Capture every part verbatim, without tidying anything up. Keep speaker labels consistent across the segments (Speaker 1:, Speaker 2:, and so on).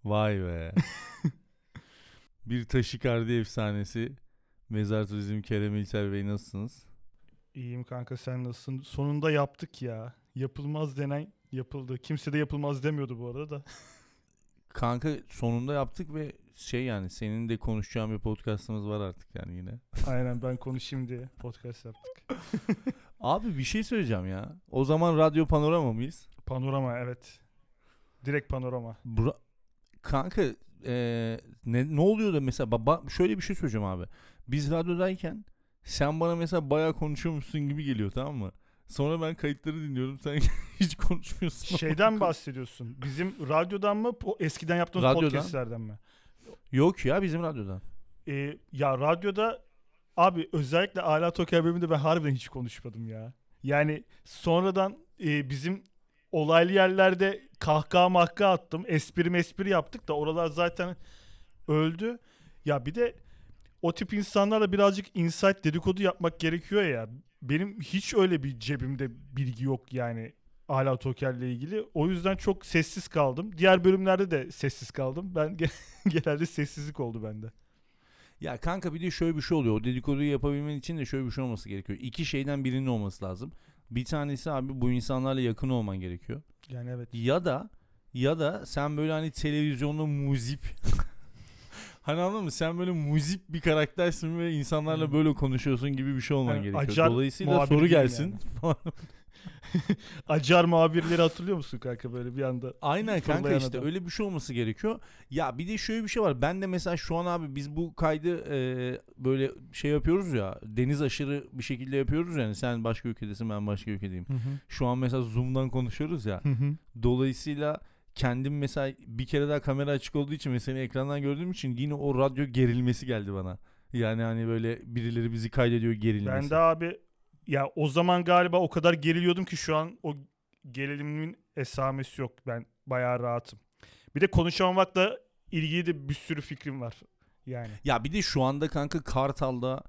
Speaker 1: Vay be. Bir taşikardi efsanesi. Mezar Turizm Kerem İlter Bey, nasılsınız?
Speaker 2: İyiyim kanka, sen nasılsın? Sonunda yaptık ya. Yapılmaz denen yapıldı. Kimse de yapılmaz demiyordu bu arada da.
Speaker 1: Kanka sonunda yaptık ve şey, yani senin de konuşacağın bir podcastımız var artık yani yine.
Speaker 2: Aynen, ben konuşayım diye podcast yaptık.
Speaker 1: Abi bir şey söyleyeceğim ya. O zaman Radyo Panorama mıyız?
Speaker 2: Panorama, evet. Direkt panorama.
Speaker 1: Bura... Kanka ee, ne, ne oluyor da mesela baba, şöyle bir şey söyleyeceğim abi. Biz radyodayken sen bana mesela bayağı konuşuyormuşsun gibi geliyor, tamam mı? Sonra ben kayıtları dinliyorum, sen hiç konuşmuyorsun.
Speaker 2: Şeyden bahsediyorsun. Bizim radyodan mı? O eskiden yaptığımız
Speaker 1: Radyodan.
Speaker 2: podcastlerden mi?
Speaker 1: Yok ya, bizim radyodan.
Speaker 2: Ee, ya radyoda abi, özellikle Ala Toker bölümünde ben harbiden hiç konuşmadım ya. Yani sonradan e, bizim olaylı yerlerde kahkaha mahkaha attım. Espri mespri yaptık da oralar zaten öldü. Ya bir de o tip insanlarla birazcık insight dedikodu yapmak gerekiyor ya. Benim hiç öyle bir cebimde bilgi yok yani Ala Toker'le ilgili. O yüzden çok sessiz kaldım. Diğer bölümlerde de sessiz kaldım. Ben genelde sessizlik oldu bende.
Speaker 1: Ya kanka bir de şöyle bir şey oluyor. O dedikoduyu yapabilmen için de şöyle bir şey olması gerekiyor. İki şeyden birinin olması lazım. Bir tanesi abi, bu insanlarla yakın olman gerekiyor.
Speaker 2: Yani evet.
Speaker 1: Ya da ya da sen böyle hani televizyonda muzip hani anladın mı? Sen böyle muzip bir karaktersin ve insanlarla
Speaker 2: Hmm.
Speaker 1: böyle konuşuyorsun gibi bir şey olman
Speaker 2: Yani
Speaker 1: gerekiyor.
Speaker 2: acar
Speaker 1: Dolayısıyla
Speaker 2: muhabir
Speaker 1: soru
Speaker 2: gibi
Speaker 1: gelsin
Speaker 2: yani. Acar muhabirleri hatırlıyor musun kanka, böyle bir anda?
Speaker 1: Aynen kanka,
Speaker 2: fırlayan
Speaker 1: işte
Speaker 2: adam.
Speaker 1: öyle bir şey olması gerekiyor. Ya bir de şöyle bir şey var. Ben de mesela şu an abi biz bu kaydı e, böyle şey yapıyoruz ya. Deniz aşırı bir şekilde yapıyoruz yani. Sen başka ülkedesin, ben başka ülkedeyim.
Speaker 2: Hı hı.
Speaker 1: Şu an mesela Zoom'dan konuşuyoruz ya.
Speaker 2: Hı hı.
Speaker 1: Dolayısıyla kendim mesela bir kere daha kamera açık olduğu için ve seni ekrandan gördüğüm için yine o radyo gerilmesi geldi bana. Yani hani böyle birileri bizi kaydediyor gerilmesi.
Speaker 2: Ben de abi ya o zaman galiba o kadar geriliyordum ki şu an o gerilimin esamesi yok. Ben bayağı rahatım. Bir de konuşamamakla ilgili de bir sürü fikrim var. Yani.
Speaker 1: Ya bir de şu anda kanka Kartal'da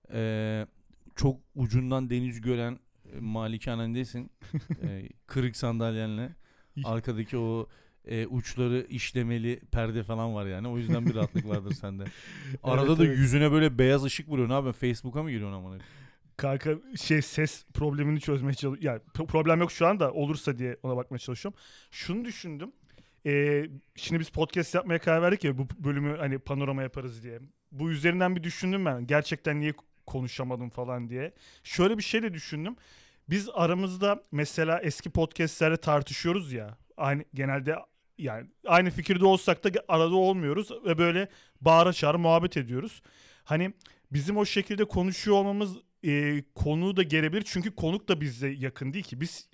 Speaker 1: e, çok ucundan deniz gören e, malikanendesin. e, kırık sandalyenle. Arkadaki o e, uçları işlemeli perde falan var yani. O yüzden bir rahatlık vardır sende. Arada
Speaker 2: Evet,
Speaker 1: da
Speaker 2: evet.
Speaker 1: yüzüne böyle beyaz ışık vuruyor. Ne yapıyorsun? Facebook'a mı giriyorsun amına?
Speaker 2: Kanka şey, ses problemini çözmeye çalışıyorum. Yani pro- problem yok şu anda, olursa diye ona bakmaya çalışıyorum. Şunu düşündüm. Ee, şimdi biz podcast yapmaya karar verdik ya, bu bölümü hani panorama yaparız diye. Bu üzerinden bir düşündüm ben. Gerçekten niye konuşamadım falan diye. Şöyle bir şey de düşündüm. Biz aramızda mesela eski podcastlerde tartışıyoruz ya. Aynı genelde yani aynı fikirde olsak da arada olmuyoruz ve böyle bağıra çağıra muhabbet ediyoruz. Hani bizim o şekilde konuşuyor olmamız e, konuğu da gelebilir. Çünkü konuk da bizle yakın değil ki. Biz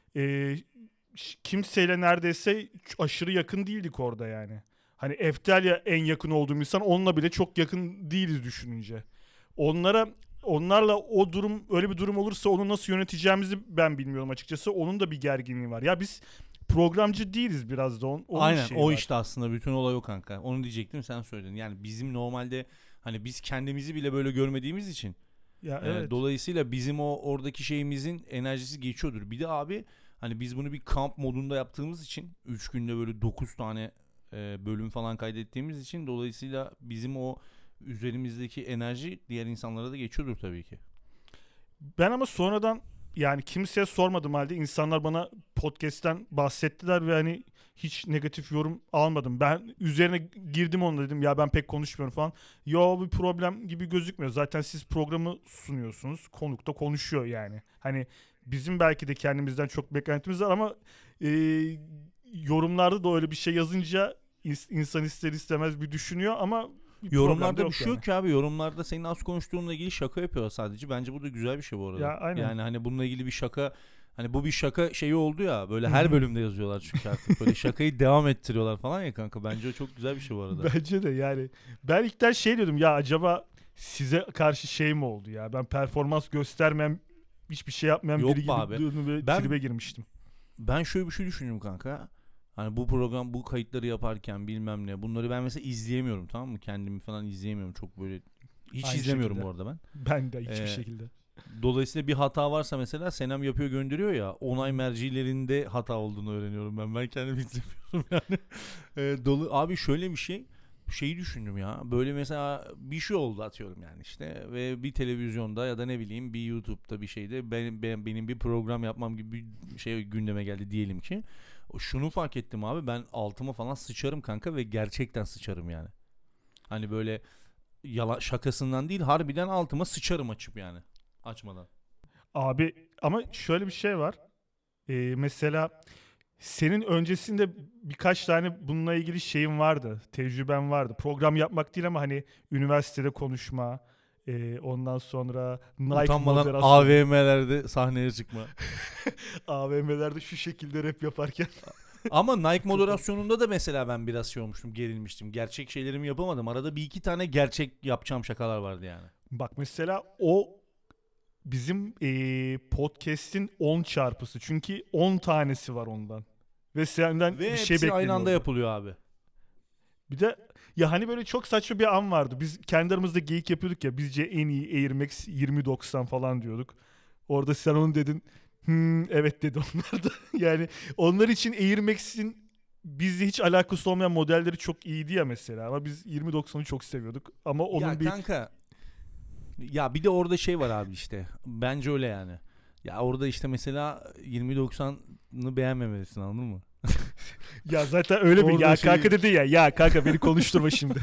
Speaker 2: e, kimseyle neredeyse aşırı yakın değildik orada yani. Hani Eftelya en yakın olduğum insan, onunla bile çok yakın değiliz düşününce. Onlara onlarla o durum, öyle bir durum olursa onu nasıl yöneteceğimizi ben bilmiyorum açıkçası. Onun da bir gerginliği var. Ya biz programcı değiliz, biraz da on, onun
Speaker 1: Aynen
Speaker 2: şeyi
Speaker 1: o
Speaker 2: var.
Speaker 1: işte aslında bütün olay o kanka. Onu diyecektim, sen söyledin. Yani bizim normalde hani biz kendimizi bile böyle görmediğimiz için
Speaker 2: Ya
Speaker 1: e,
Speaker 2: evet.
Speaker 1: dolayısıyla bizim o oradaki şeyimizin enerjisi geçiyordur. Bir de abi hani biz bunu bir kamp modunda yaptığımız için üç günde böyle dokuz tane e, bölüm falan kaydettiğimiz için dolayısıyla bizim o üzerimizdeki enerji diğer insanlara da geçiyordur tabii ki.
Speaker 2: Ben ama sonradan yani kimseye sormadım halde insanlar bana podcast'ten bahsettiler ve hani hiç negatif yorum almadım. Ben üzerine girdim, onu dedim ya ben pek konuşmuyorum falan. Yo, bir problem gibi gözükmüyor. Zaten siz programı sunuyorsunuz. Konuk da konuşuyor yani. Hani bizim belki de kendimizden çok beklentimiz var ama e, yorumlarda da öyle bir şey yazınca ins- insan ister istemez bir düşünüyor ama bir problem de
Speaker 1: Yorumlarda
Speaker 2: yok
Speaker 1: bir şey
Speaker 2: yani.
Speaker 1: yok ki abi. Yorumlarda senin az konuştuğunla ilgili şaka yapıyorlar sadece. Bence bu da güzel bir şey bu arada.
Speaker 2: Ya aynen.
Speaker 1: Yani hani bununla ilgili bir şaka, hani bu bir şaka şeyi oldu ya. Böyle
Speaker 2: Hı
Speaker 1: her
Speaker 2: hı.
Speaker 1: bölümde yazıyorlar çünkü artık. Böyle şakayı devam ettiriyorlar falan ya kanka. Bence o çok güzel bir şey bu arada.
Speaker 2: Bence de yani. Ben ilkten şey diyordum ya, acaba size karşı şey mi oldu ya? Ben performans göstermem, hiçbir şey yapmayan
Speaker 1: Yok
Speaker 2: biri
Speaker 1: be
Speaker 2: gibi
Speaker 1: abi.
Speaker 2: durdum ve
Speaker 1: Ben
Speaker 2: tribe girmiştim.
Speaker 1: ben şöyle bir şey düşündüm kanka. Hani bu program, bu kayıtları yaparken bilmem ne. Bunları ben mesela izleyemiyorum, tamam mı? Kendimi falan izleyemiyorum. Çok böyle hiç
Speaker 2: Aynı
Speaker 1: izlemiyorum
Speaker 2: şekilde.
Speaker 1: bu arada ben.
Speaker 2: Ben de hiçbir
Speaker 1: Ee,
Speaker 2: şekilde.
Speaker 1: Dolayısıyla bir hata varsa mesela Senem yapıyor gönderiyor ya, onay mercilerinde hata olduğunu öğreniyorum ben. Ben kendim izlemiyorum yani. E, dolu, abi şöyle bir şey. Şeyi düşündüm ya. Böyle mesela bir şey oldu atıyorum yani işte ve bir televizyonda ya da ne bileyim bir YouTube'da bir şeyde benim, benim, benim bir program yapmam gibi bir şey gündeme geldi diyelim ki. Şunu fark ettim abi, ben altıma falan sıçarım kanka ve gerçekten sıçarım yani. Hani böyle yala, şakasından değil, harbiden altıma sıçarım açıp yani. Açmadan.
Speaker 2: Abi ama şöyle bir şey var. Ee, mesela senin öncesinde birkaç tane bununla ilgili şeyin vardı. Tecrüben vardı. Program yapmak değil ama hani üniversitede konuşma. e, ondan sonra Nike
Speaker 1: Utanmadan
Speaker 2: moderasyonu.
Speaker 1: A V M'lerde sahneye çıkma.
Speaker 2: A V M'lerde şu şekilde rap yaparken.
Speaker 1: Ama Nike moderasyonunda da mesela ben biraz şey olmuştum, gerilmiştim. Gerçek şeylerimi yapamadım. Arada bir iki tane gerçek yapacağım şakalar vardı yani.
Speaker 2: Bak mesela o bizim e, podcast'in on çarpısı. Çünkü on tanesi var ondan. Ve senden
Speaker 1: Ve
Speaker 2: bir şey
Speaker 1: hepsi aynı
Speaker 2: bekleniyor
Speaker 1: anda
Speaker 2: orada.
Speaker 1: yapılıyor abi.
Speaker 2: Bir de ya hani böyle çok saçma bir an vardı. Biz kendi aramızda geyik yapıyorduk ya. Bizce en iyi Air Max yirmi doksan falan diyorduk. Orada sen onu dedin. Hmm, evet dedi onlar da. Yani onlar için Air Max'in bizle hiç alakası olmayan modelleri çok iyiydi ya mesela. Ama biz yirmi doksanı çok seviyorduk. Ama
Speaker 1: Ya
Speaker 2: onun bir
Speaker 1: kanka, ya bir de orada şey var abi işte. Bence öyle yani. Ya orada işte mesela yirmi doksanı beğenmemelisin, anladın mı?
Speaker 2: ya zaten öyle bir
Speaker 1: Orada
Speaker 2: ya
Speaker 1: şey,
Speaker 2: kanka dedi ya. Ya kanka beni konuşturma şimdi.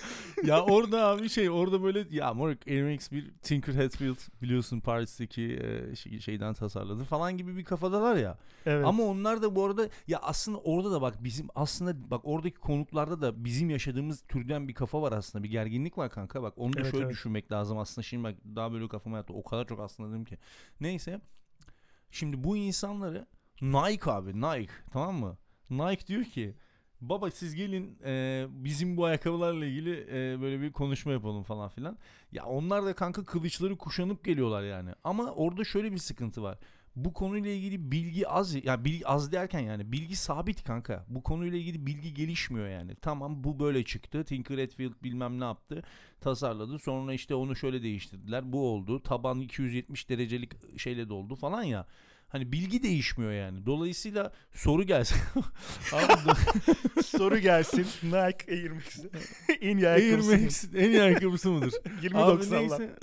Speaker 1: ya orada abi şey, orada böyle ya moruk, Air Max bir Tinker Hatfield biliyorsun, Paris'teki e, şey- şeyden tasarladı falan gibi bir kafadalar ya.
Speaker 2: Evet.
Speaker 1: Ama onlar da bu arada ya aslında orada da bak bizim aslında bak oradaki konuklarda da bizim yaşadığımız türden bir kafa var aslında. Bir gerginlik var kanka, bak onu da
Speaker 2: Evet
Speaker 1: şöyle
Speaker 2: evet.
Speaker 1: düşünmek lazım aslında. Şimdi bak daha böyle kafama yattı. O kadar çok aslında dedim ki. Neyse. Şimdi bu insanları Nike abi, Nike, tamam mı? Nike diyor ki baba siz gelin e, bizim bu ayakkabılarla ilgili e, böyle bir konuşma yapalım falan filan. Ya onlar da kanka kılıçları kuşanıp geliyorlar yani. Ama orada şöyle bir sıkıntı var. Bu konuyla ilgili bilgi az, ya yani bilgi az derken yani bilgi sabit kanka. Bu konuyla ilgili bilgi gelişmiyor yani. Tamam, bu böyle çıktı. Tinker Hatfield bilmem ne yaptı. Tasarladı. Sonra işte onu şöyle değiştirdiler. Bu oldu. Taban iki yüz yetmiş derecelik şeyle doldu falan ya. Hani bilgi değişmiyor yani. Dolayısıyla soru gelsin. Abi
Speaker 2: Soru gelsin. Nike Air Max. en iyi
Speaker 1: Air
Speaker 2: ayakkabısı mı?
Speaker 1: Max en iyi ayakkabısı mıdır?
Speaker 2: yirmi
Speaker 1: Abi
Speaker 2: doksanlar.
Speaker 1: neyse.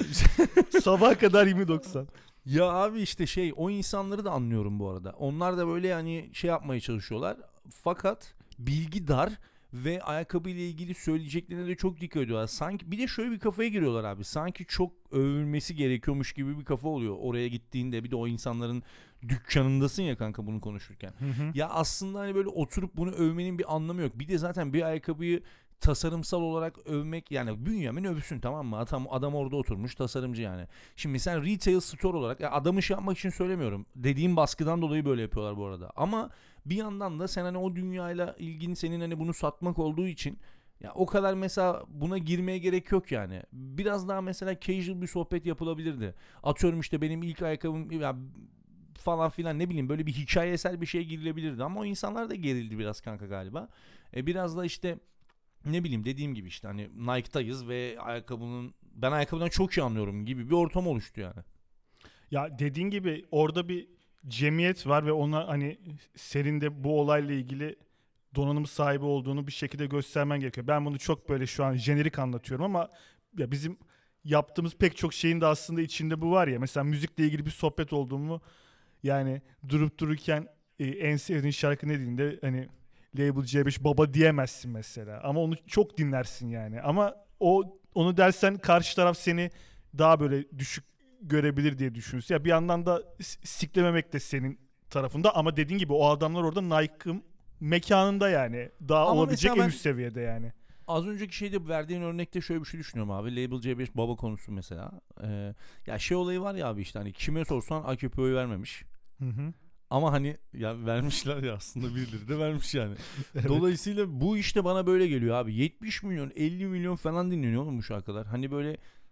Speaker 2: Sabaha kadar yirmi doksan.
Speaker 1: Ya abi işte şey, o insanları da anlıyorum bu arada. Onlar da böyle hani şey yapmaya çalışıyorlar. Fakat bilgi dar ve ayakkabı ile ilgili söyleyeceklerine de çok dikkat ediyorlar. Sanki bir de şöyle bir kafaya giriyorlar abi. Sanki çok övülmesi gerekiyormuş gibi bir kafa oluyor. Oraya gittiğinde bir de o insanların dükkanındasın ya kanka bunu konuşurken.
Speaker 2: Hı hı.
Speaker 1: Ya aslında hani böyle oturup bunu övmenin bir anlamı yok. Bir de zaten bir ayakkabıyı tasarımsal olarak övmek, yani Bünyamin övsün, tamam mı? Adam, adam orada oturmuş tasarımcı yani. Şimdi sen retail store olarak, ya adamı şey yapmak için söylemiyorum. Dediğim baskıdan dolayı böyle yapıyorlar bu arada. Ama bir yandan da sen hani o dünyayla ilgin senin hani bunu satmak olduğu için ya o kadar mesela buna girmeye gerek yok yani. Biraz daha mesela casual bir sohbet yapılabilirdi. Atıyorum işte benim ilk ayakkabım ya falan filan, ne bileyim böyle bir hikayesel bir şey girilebilirdi ama o insanlar da gerildi biraz kanka galiba. E biraz da işte ne bileyim dediğim gibi işte hani Nike'tayız ve ayakkabının, ben ayakkabıdan çok iyi anlıyorum gibi bir ortam oluştu yani.
Speaker 2: Ya dediğin gibi orada bir cemiyet var ve ona hani senin de bu olayla ilgili donanım sahibi olduğunu bir şekilde göstermen gerekiyor. Ben bunu çok böyle şu an jenerik anlatıyorum ama ya bizim yaptığımız pek çok şeyin de aslında içinde bu var ya. Mesela müzikle ilgili bir sohbet oldu mu yani durup dururken e, en sevdiğin şarkı ne dediğinde hani Label C beş baba diyemezsin mesela. Ama onu çok dinlersin yani. Ama o onu dersen karşı taraf seni daha böyle düşük görebilir diye düşünüyorsun. Ya bir yandan da s- siklememek de senin tarafında ama dediğin gibi o adamlar orada Nike'ın mekanında yani. Daha
Speaker 1: Ama
Speaker 2: olabilecek
Speaker 1: mesela
Speaker 2: en
Speaker 1: ben
Speaker 2: üst seviyede yani.
Speaker 1: az önceki şeyde verdiğin örnekte şöyle bir şey düşünüyorum abi. Label C beş baba konusu mesela. Ee, ya şey olayı var ya abi, işte hani kime sorsan A K P oyu vermemiş.
Speaker 2: Hı hı.
Speaker 1: Ama hani ya vermişler ya, aslında birileri de vermiş yani.
Speaker 2: Evet.
Speaker 1: Dolayısıyla bu işte bana böyle geliyor abi. yetmiş milyon elli milyon falan dinleniyor oğlum bu şarkılar. Hani böyle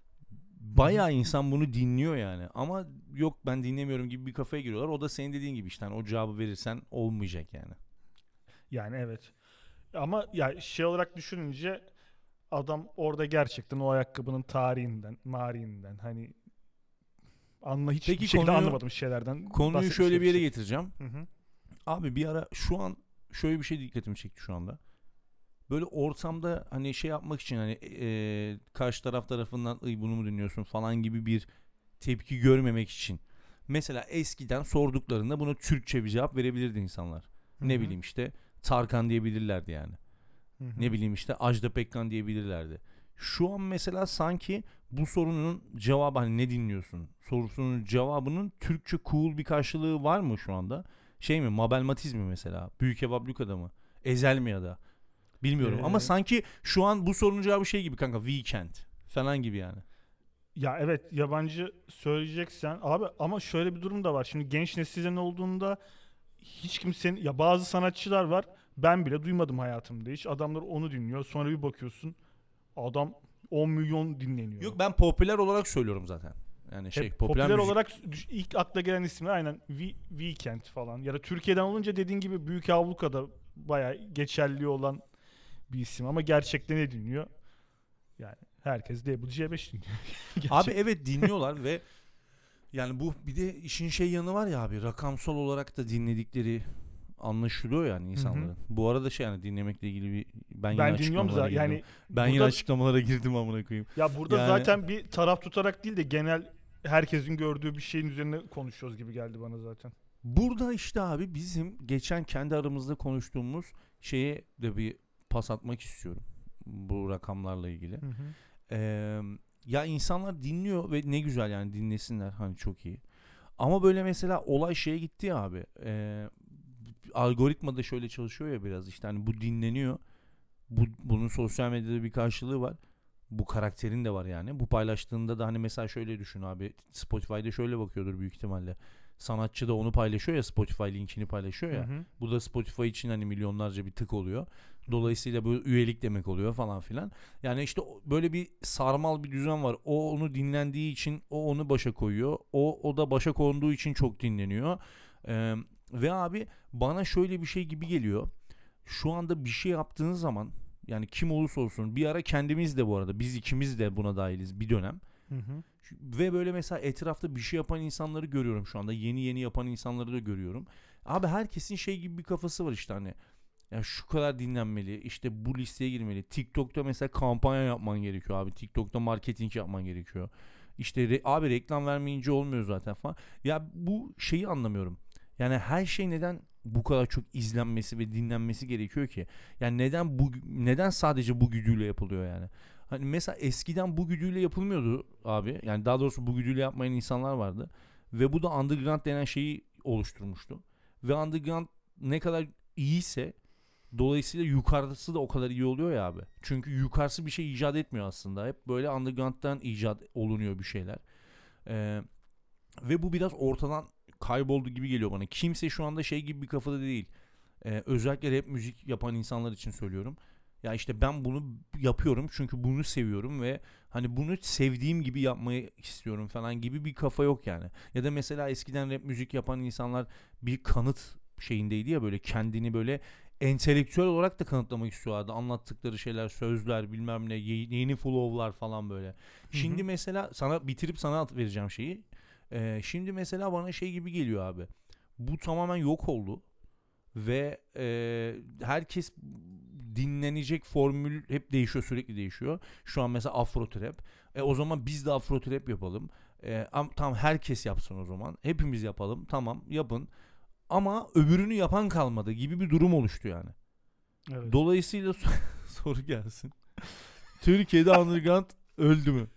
Speaker 2: Hı hı.
Speaker 1: bayağı insan bunu dinliyor yani. Ama yok ben dinlemiyorum gibi bir kafaya giriyorlar. O da senin dediğin gibi işte hani o cevabı verirsen olmayacak yani.
Speaker 2: Yani evet. Ama ya şey olarak düşününce adam orada gerçekten o ayakkabının tarihinden, marihinden hani Anla hiç
Speaker 1: Peki
Speaker 2: bir şekilde
Speaker 1: konuyu-
Speaker 2: anlamadığım şeylerden.
Speaker 1: Konuyu
Speaker 2: bahsetmek
Speaker 1: şöyle bir yere
Speaker 2: istedim.
Speaker 1: getireceğim.
Speaker 2: Hı hı.
Speaker 1: Abi bir ara şu an şöyle bir şey dikkatimi çekti şu anda. Böyle ortamda hani şey yapmak için hani e, karşı taraf tarafından "Iy, bunu mu dinliyorsun" falan gibi bir tepki görmemek için. Mesela eskiden sorduklarında buna Türkçe bir cevap verebilirdi insanlar.
Speaker 2: Hı
Speaker 1: Ne
Speaker 2: hı.
Speaker 1: bileyim işte Tarkan diyebilirlerdi yani.
Speaker 2: Hı hı.
Speaker 1: Ne bileyim işte Ajda Pekkan diyebilirlerdi. Şu an mesela sanki bu sorunun cevabı, hani ne dinliyorsun sorusunun cevabının Türkçe cool bir karşılığı var mı şu anda? Şey mi, Mabel Matiz mi mesela? Büyük Ev Abluka'da mı? Ezel mi ya da? Bilmiyorum ama
Speaker 2: Ee,
Speaker 1: sanki şu an bu sorunun cevabı şey gibi kanka, Weekend falan gibi yani.
Speaker 2: Ya evet, yabancı söyleyeceksen abi, ama şöyle bir durum da var. Şimdi genç nesilden olduğunda hiç kimsenin, ya bazı sanatçılar var, ben bile duymadım hayatımda hiç. Adamlar onu dinliyor. Sonra bir bakıyorsun adam on milyon dinleniyor.
Speaker 1: Yok, ben popüler olarak söylüyorum zaten. Yani şey,
Speaker 2: Hep
Speaker 1: popüler
Speaker 2: popüler
Speaker 1: müzik.
Speaker 2: olarak düş- ilk akla gelen isimler aynen We- Weekend falan. Ya da Türkiye'den olunca dediğin gibi Büyük Abluka'da bayağı geçerli olan bir isim, ama gerçekten ne dinliyor? Yani herkes W C beş dinliyor.
Speaker 1: Abi
Speaker 2: Gerçek.
Speaker 1: evet, dinliyorlar ve yani bu bir de işin şey yanı var ya abi, rakamsal olarak da dinledikleri anlaşılıyor yani
Speaker 2: Hı hı.
Speaker 1: insanların. Bu arada şey, yani dinlemekle ilgili bir ben yine
Speaker 2: Ben dinliyorum
Speaker 1: açıklamalara
Speaker 2: zaten.
Speaker 1: girdim.
Speaker 2: Yani
Speaker 1: Ben yine
Speaker 2: burada
Speaker 1: açıklamalara girdim amına koyayım.
Speaker 2: ya burada
Speaker 1: Yani
Speaker 2: zaten bir taraf tutarak değil de genel herkesin gördüğü bir şeyin üzerine konuşuyoruz gibi geldi bana zaten.
Speaker 1: burada işte abi bizim geçen kendi aramızda konuştuğumuz şeye de bir pas atmak istiyorum. Bu rakamlarla ilgili.
Speaker 2: Hı hı.
Speaker 1: Ee, Ya insanlar dinliyor ve ne güzel yani, dinlesinler, hani çok iyi. Ama böyle mesela olay şeye gitti ya abi. Ee, algoritma da şöyle çalışıyor ya biraz, işte hani bu dinleniyor. Bu, bunun sosyal medyada bir karşılığı var. Bu karakterin de var yani. Bu paylaştığında da hani mesela şöyle düşün abi. Spotify'da şöyle bakıyordur büyük ihtimalle. Sanatçı da onu paylaşıyor ya, Spotify linkini paylaşıyor
Speaker 2: Hı
Speaker 1: ya.
Speaker 2: hı.
Speaker 1: Bu da Spotify için hani milyonlarca bir tık oluyor. Dolayısıyla bu üyelik demek oluyor falan filan. Yani işte böyle bir sarmal bir düzen var. O onu dinlendiği için o onu başa koyuyor. O o da başa konduğu için çok dinleniyor. Ee, Ve abi bana şöyle bir şey gibi geliyor. Şu anda bir şey yaptığın zaman, yani kim olursa olsun, bir ara kendimiz de, bu arada biz ikimiz de buna dahiliz bir dönem.
Speaker 2: Hı hı.
Speaker 1: Ve böyle mesela etrafta bir şey yapan insanları görüyorum şu anda. Yeni yeni yapan insanları da görüyorum. Abi herkesin şey gibi bir kafası var işte, hani ya şu kadar dinlenmeli, işte bu listeye girmeli. TikTok'ta mesela kampanya yapman gerekiyor abi. TikTok'ta marketing yapman gerekiyor. İşte re- abi reklam vermeyince olmuyor zaten falan. Ya bu şeyi anlamıyorum. Yani her şey neden bu kadar çok izlenmesi ve dinlenmesi gerekiyor ki? Yani neden bu neden sadece bu güdüyle yapılıyor yani? Hani mesela eskiden bu güdüyle yapılmıyordu abi. Yani daha doğrusu bu güdüyle yapmayan insanlar vardı. Ve bu da underground denen şeyi oluşturmuştu. Ve underground ne kadar iyiyse, dolayısıyla yukarısı da o kadar iyi oluyor ya abi. Çünkü yukarısı bir şey icat etmiyor aslında. Hep böyle underground'dan icat olunuyor bir şeyler. Ee, Ve bu biraz ortadan kayboldu gibi geliyor bana. Kimse şu anda şey gibi bir kafada değil. Ee, özellikle rap müzik yapan insanlar için söylüyorum. Ya işte ben bunu yapıyorum çünkü bunu seviyorum ve hani bunu sevdiğim gibi yapmayı istiyorum falan gibi bir kafa yok yani. Ya da mesela eskiden rap müzik yapan insanlar bir kanıt şeyindeydi ya, böyle kendini böyle entelektüel olarak da kanıtlamak istiyorlardı. Anlattıkları şeyler, sözler, bilmem ne, yeni flow'lar falan böyle.
Speaker 2: Hı
Speaker 1: Şimdi
Speaker 2: hı.
Speaker 1: mesela sana bitirip sana at vereceğim şeyi. Ee, şimdi mesela bana şey gibi geliyor abi. Bu tamamen yok oldu. Ve e, herkes dinlenecek formül hep değişiyor, sürekli değişiyor. Şu an mesela Afro Trap. E, o zaman biz de Afro Trap yapalım. E, am, tamam, herkes yapsın o zaman. Hepimiz yapalım. Tamam, yapın. Ama öbürünü yapan kalmadı gibi bir durum oluştu yani.
Speaker 2: Evet.
Speaker 1: Dolayısıyla soru gelsin. Türkiye'de underground öldü mü?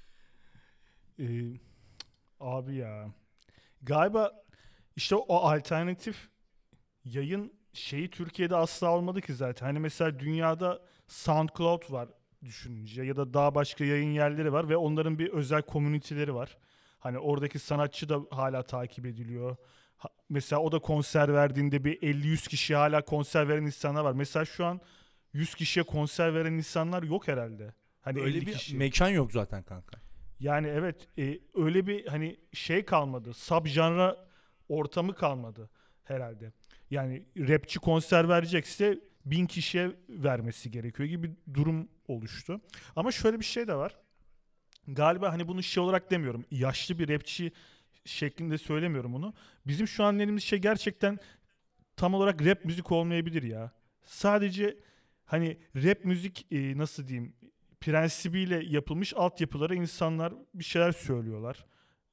Speaker 2: Ee, Abi ya. Galiba işte o alternatif yayın şeyi Türkiye'de asla olmadı ki zaten. Hani mesela dünyada SoundCloud var düşününce, ya da daha başka yayın yerleri var ve onların bir özel komüniteleri var. Hani oradaki sanatçı da hala takip ediliyor. Ha- mesela o da konser verdiğinde bir elli yüz kişi hala konser veren insanlar var. Mesela şu an yüz kişiye konser veren insanlar yok herhalde. Hani
Speaker 1: Öyle
Speaker 2: elli
Speaker 1: bir
Speaker 2: kişi.
Speaker 1: mekan yok zaten kanka.
Speaker 2: Yani evet, e, öyle bir hani şey kalmadı. Subjanra ortamı kalmadı herhalde. Yani rapçi konser verecekse bin kişiye vermesi gerekiyor gibi bir durum oluştu. Ama şöyle bir şey de var. Galiba hani bunu şey olarak demiyorum. Yaşlı bir rapçi şeklinde söylemiyorum onu. Bizim şu an dediğimiz şey gerçekten tam olarak rap müzik olmayabilir ya. Sadece hani rap müzik e, nasıl diyeyim prensibiyle yapılmış altyapılara insanlar bir şeyler söylüyorlar.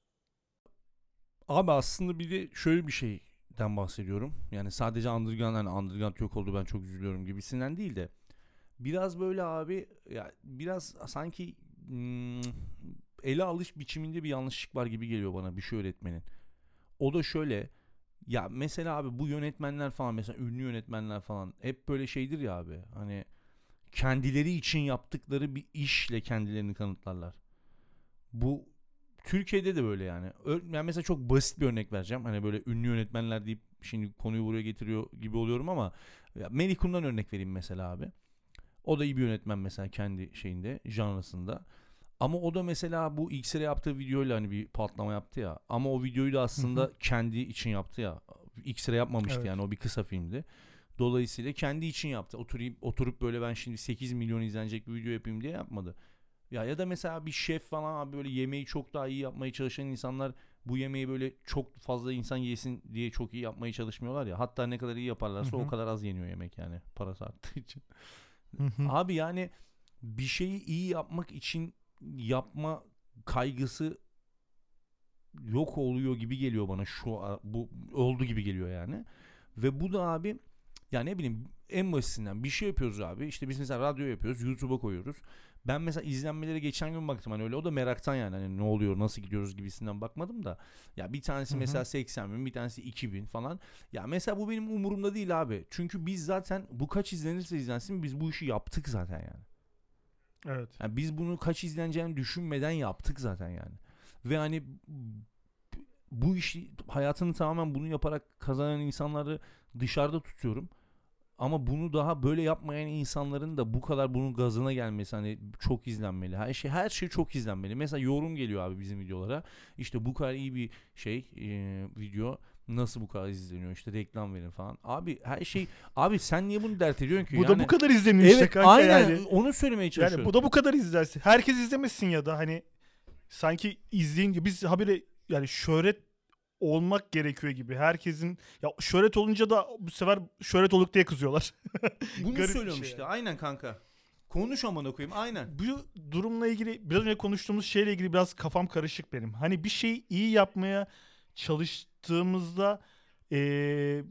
Speaker 1: Abi aslında bir de şöyle bir şeyden bahsediyorum. Yani sadece underground, hani underground yok oldu ben çok üzülüyorum gibisinden değil de biraz böyle abi ya biraz sanki hmm, ele alış biçiminde bir yanlışlık var gibi geliyor bana bir şey öğretmenin. O da şöyle, ya mesela abi bu yönetmenler falan, mesela ünlü yönetmenler falan hep böyle şeydir ya abi, hani kendileri için yaptıkları bir işle kendilerini kanıtlarlar. Bu Türkiye'de de böyle yani. Ö- Yani mesela çok basit bir örnek vereceğim. Hani böyle ünlü yönetmenler deyip şimdi konuyu buraya getiriyor gibi oluyorum ama ya Melih Kun'dan örnek vereyim mesela abi. O da iyi bir yönetmen mesela kendi şeyinde, janrasında. Ama o da mesela bu X-Ray yaptığı videoyla hani bir patlama yaptı ya. Ama o videoyu da
Speaker 2: Hı hı.
Speaker 1: aslında kendi için yaptı ya. X-Ray yapmamıştı
Speaker 2: Evet.
Speaker 1: yani, o bir kısa filmdi. Dolayısıyla kendi için yaptı. Oturayım, oturup böyle ben şimdi sekiz milyon izlenecek bir video yapayım diye yapmadı. Ya ya da mesela bir şef falan abi, böyle yemeği çok daha iyi yapmaya çalışan insanlar bu yemeği böyle çok fazla insan yesin diye çok iyi yapmaya çalışmıyorlar ya. Hatta ne kadar iyi
Speaker 2: Hı
Speaker 1: yaparlarsa o
Speaker 2: hı.
Speaker 1: kadar az yeniyor yemek yani, parası arttığı için.
Speaker 2: Hı hı.
Speaker 1: Abi yani bir şeyi iyi yapmak için yapma kaygısı yok oluyor gibi geliyor bana, şu a- bu oldu gibi geliyor yani. Ve bu da abi, ya ne bileyim, en basitinden bir şey yapıyoruz abi. İşte biz mesela radyo yapıyoruz, YouTube'a koyuyoruz. Ben mesela izlenmelere geçen gün baktım, hani öyle, o da meraktan yani, hani ne oluyor nasıl gidiyoruz gibisinden bakmadım da. Ya bir
Speaker 2: Hı
Speaker 1: tanesi
Speaker 2: hı.
Speaker 1: mesela seksen bin, bir tanesi iki bin falan. Ya mesela bu benim umurumda değil abi. Çünkü biz zaten bu kaç izlenirse izlensin biz bu işi yaptık zaten yani.
Speaker 2: Evet.
Speaker 1: Yani biz bunu kaç izleneceğini düşünmeden yaptık zaten yani. Ve hani bu işi, hayatını tamamen bunu yaparak kazanan insanları dışarıda tutuyorum. Ama bunu daha böyle yapmayan insanların da bu kadar bunun gazına gelmesi, hani çok izlenmeli. Her şey her şey çok izlenmeli. Mesela yorum geliyor abi bizim videolara. İşte bu kadar iyi bir şey e, video nasıl bu kadar izleniyor? İşte reklam verin falan. Abi her şey, abi sen niye bunu dert ediyorsun ki?
Speaker 2: Bu da bu
Speaker 1: Yani
Speaker 2: kadar izleniyor işte
Speaker 1: evet,
Speaker 2: kanka
Speaker 1: aynen
Speaker 2: yani.
Speaker 1: onu söylemeye
Speaker 2: Yani
Speaker 1: çalışıyorum.
Speaker 2: bu da bu kadar izlensin. Herkes izlemesin ya da hani sanki izleyince biz habire yani şöhret olmak gerekiyor gibi. Herkesin ya şöhret olunca da bu sefer şöhret olduk diye kızıyorlar.
Speaker 1: Bunu
Speaker 2: Garip bir
Speaker 1: söylüyorum
Speaker 2: şey
Speaker 1: işte.
Speaker 2: yani.
Speaker 1: Aynen kanka. Konuş amına koyayım. Aynen.
Speaker 2: Bu durumla ilgili biraz önce konuştuğumuz şeyle ilgili biraz kafam karışık benim. Hani bir şeyi iyi yapmaya çalıştığımızda eee,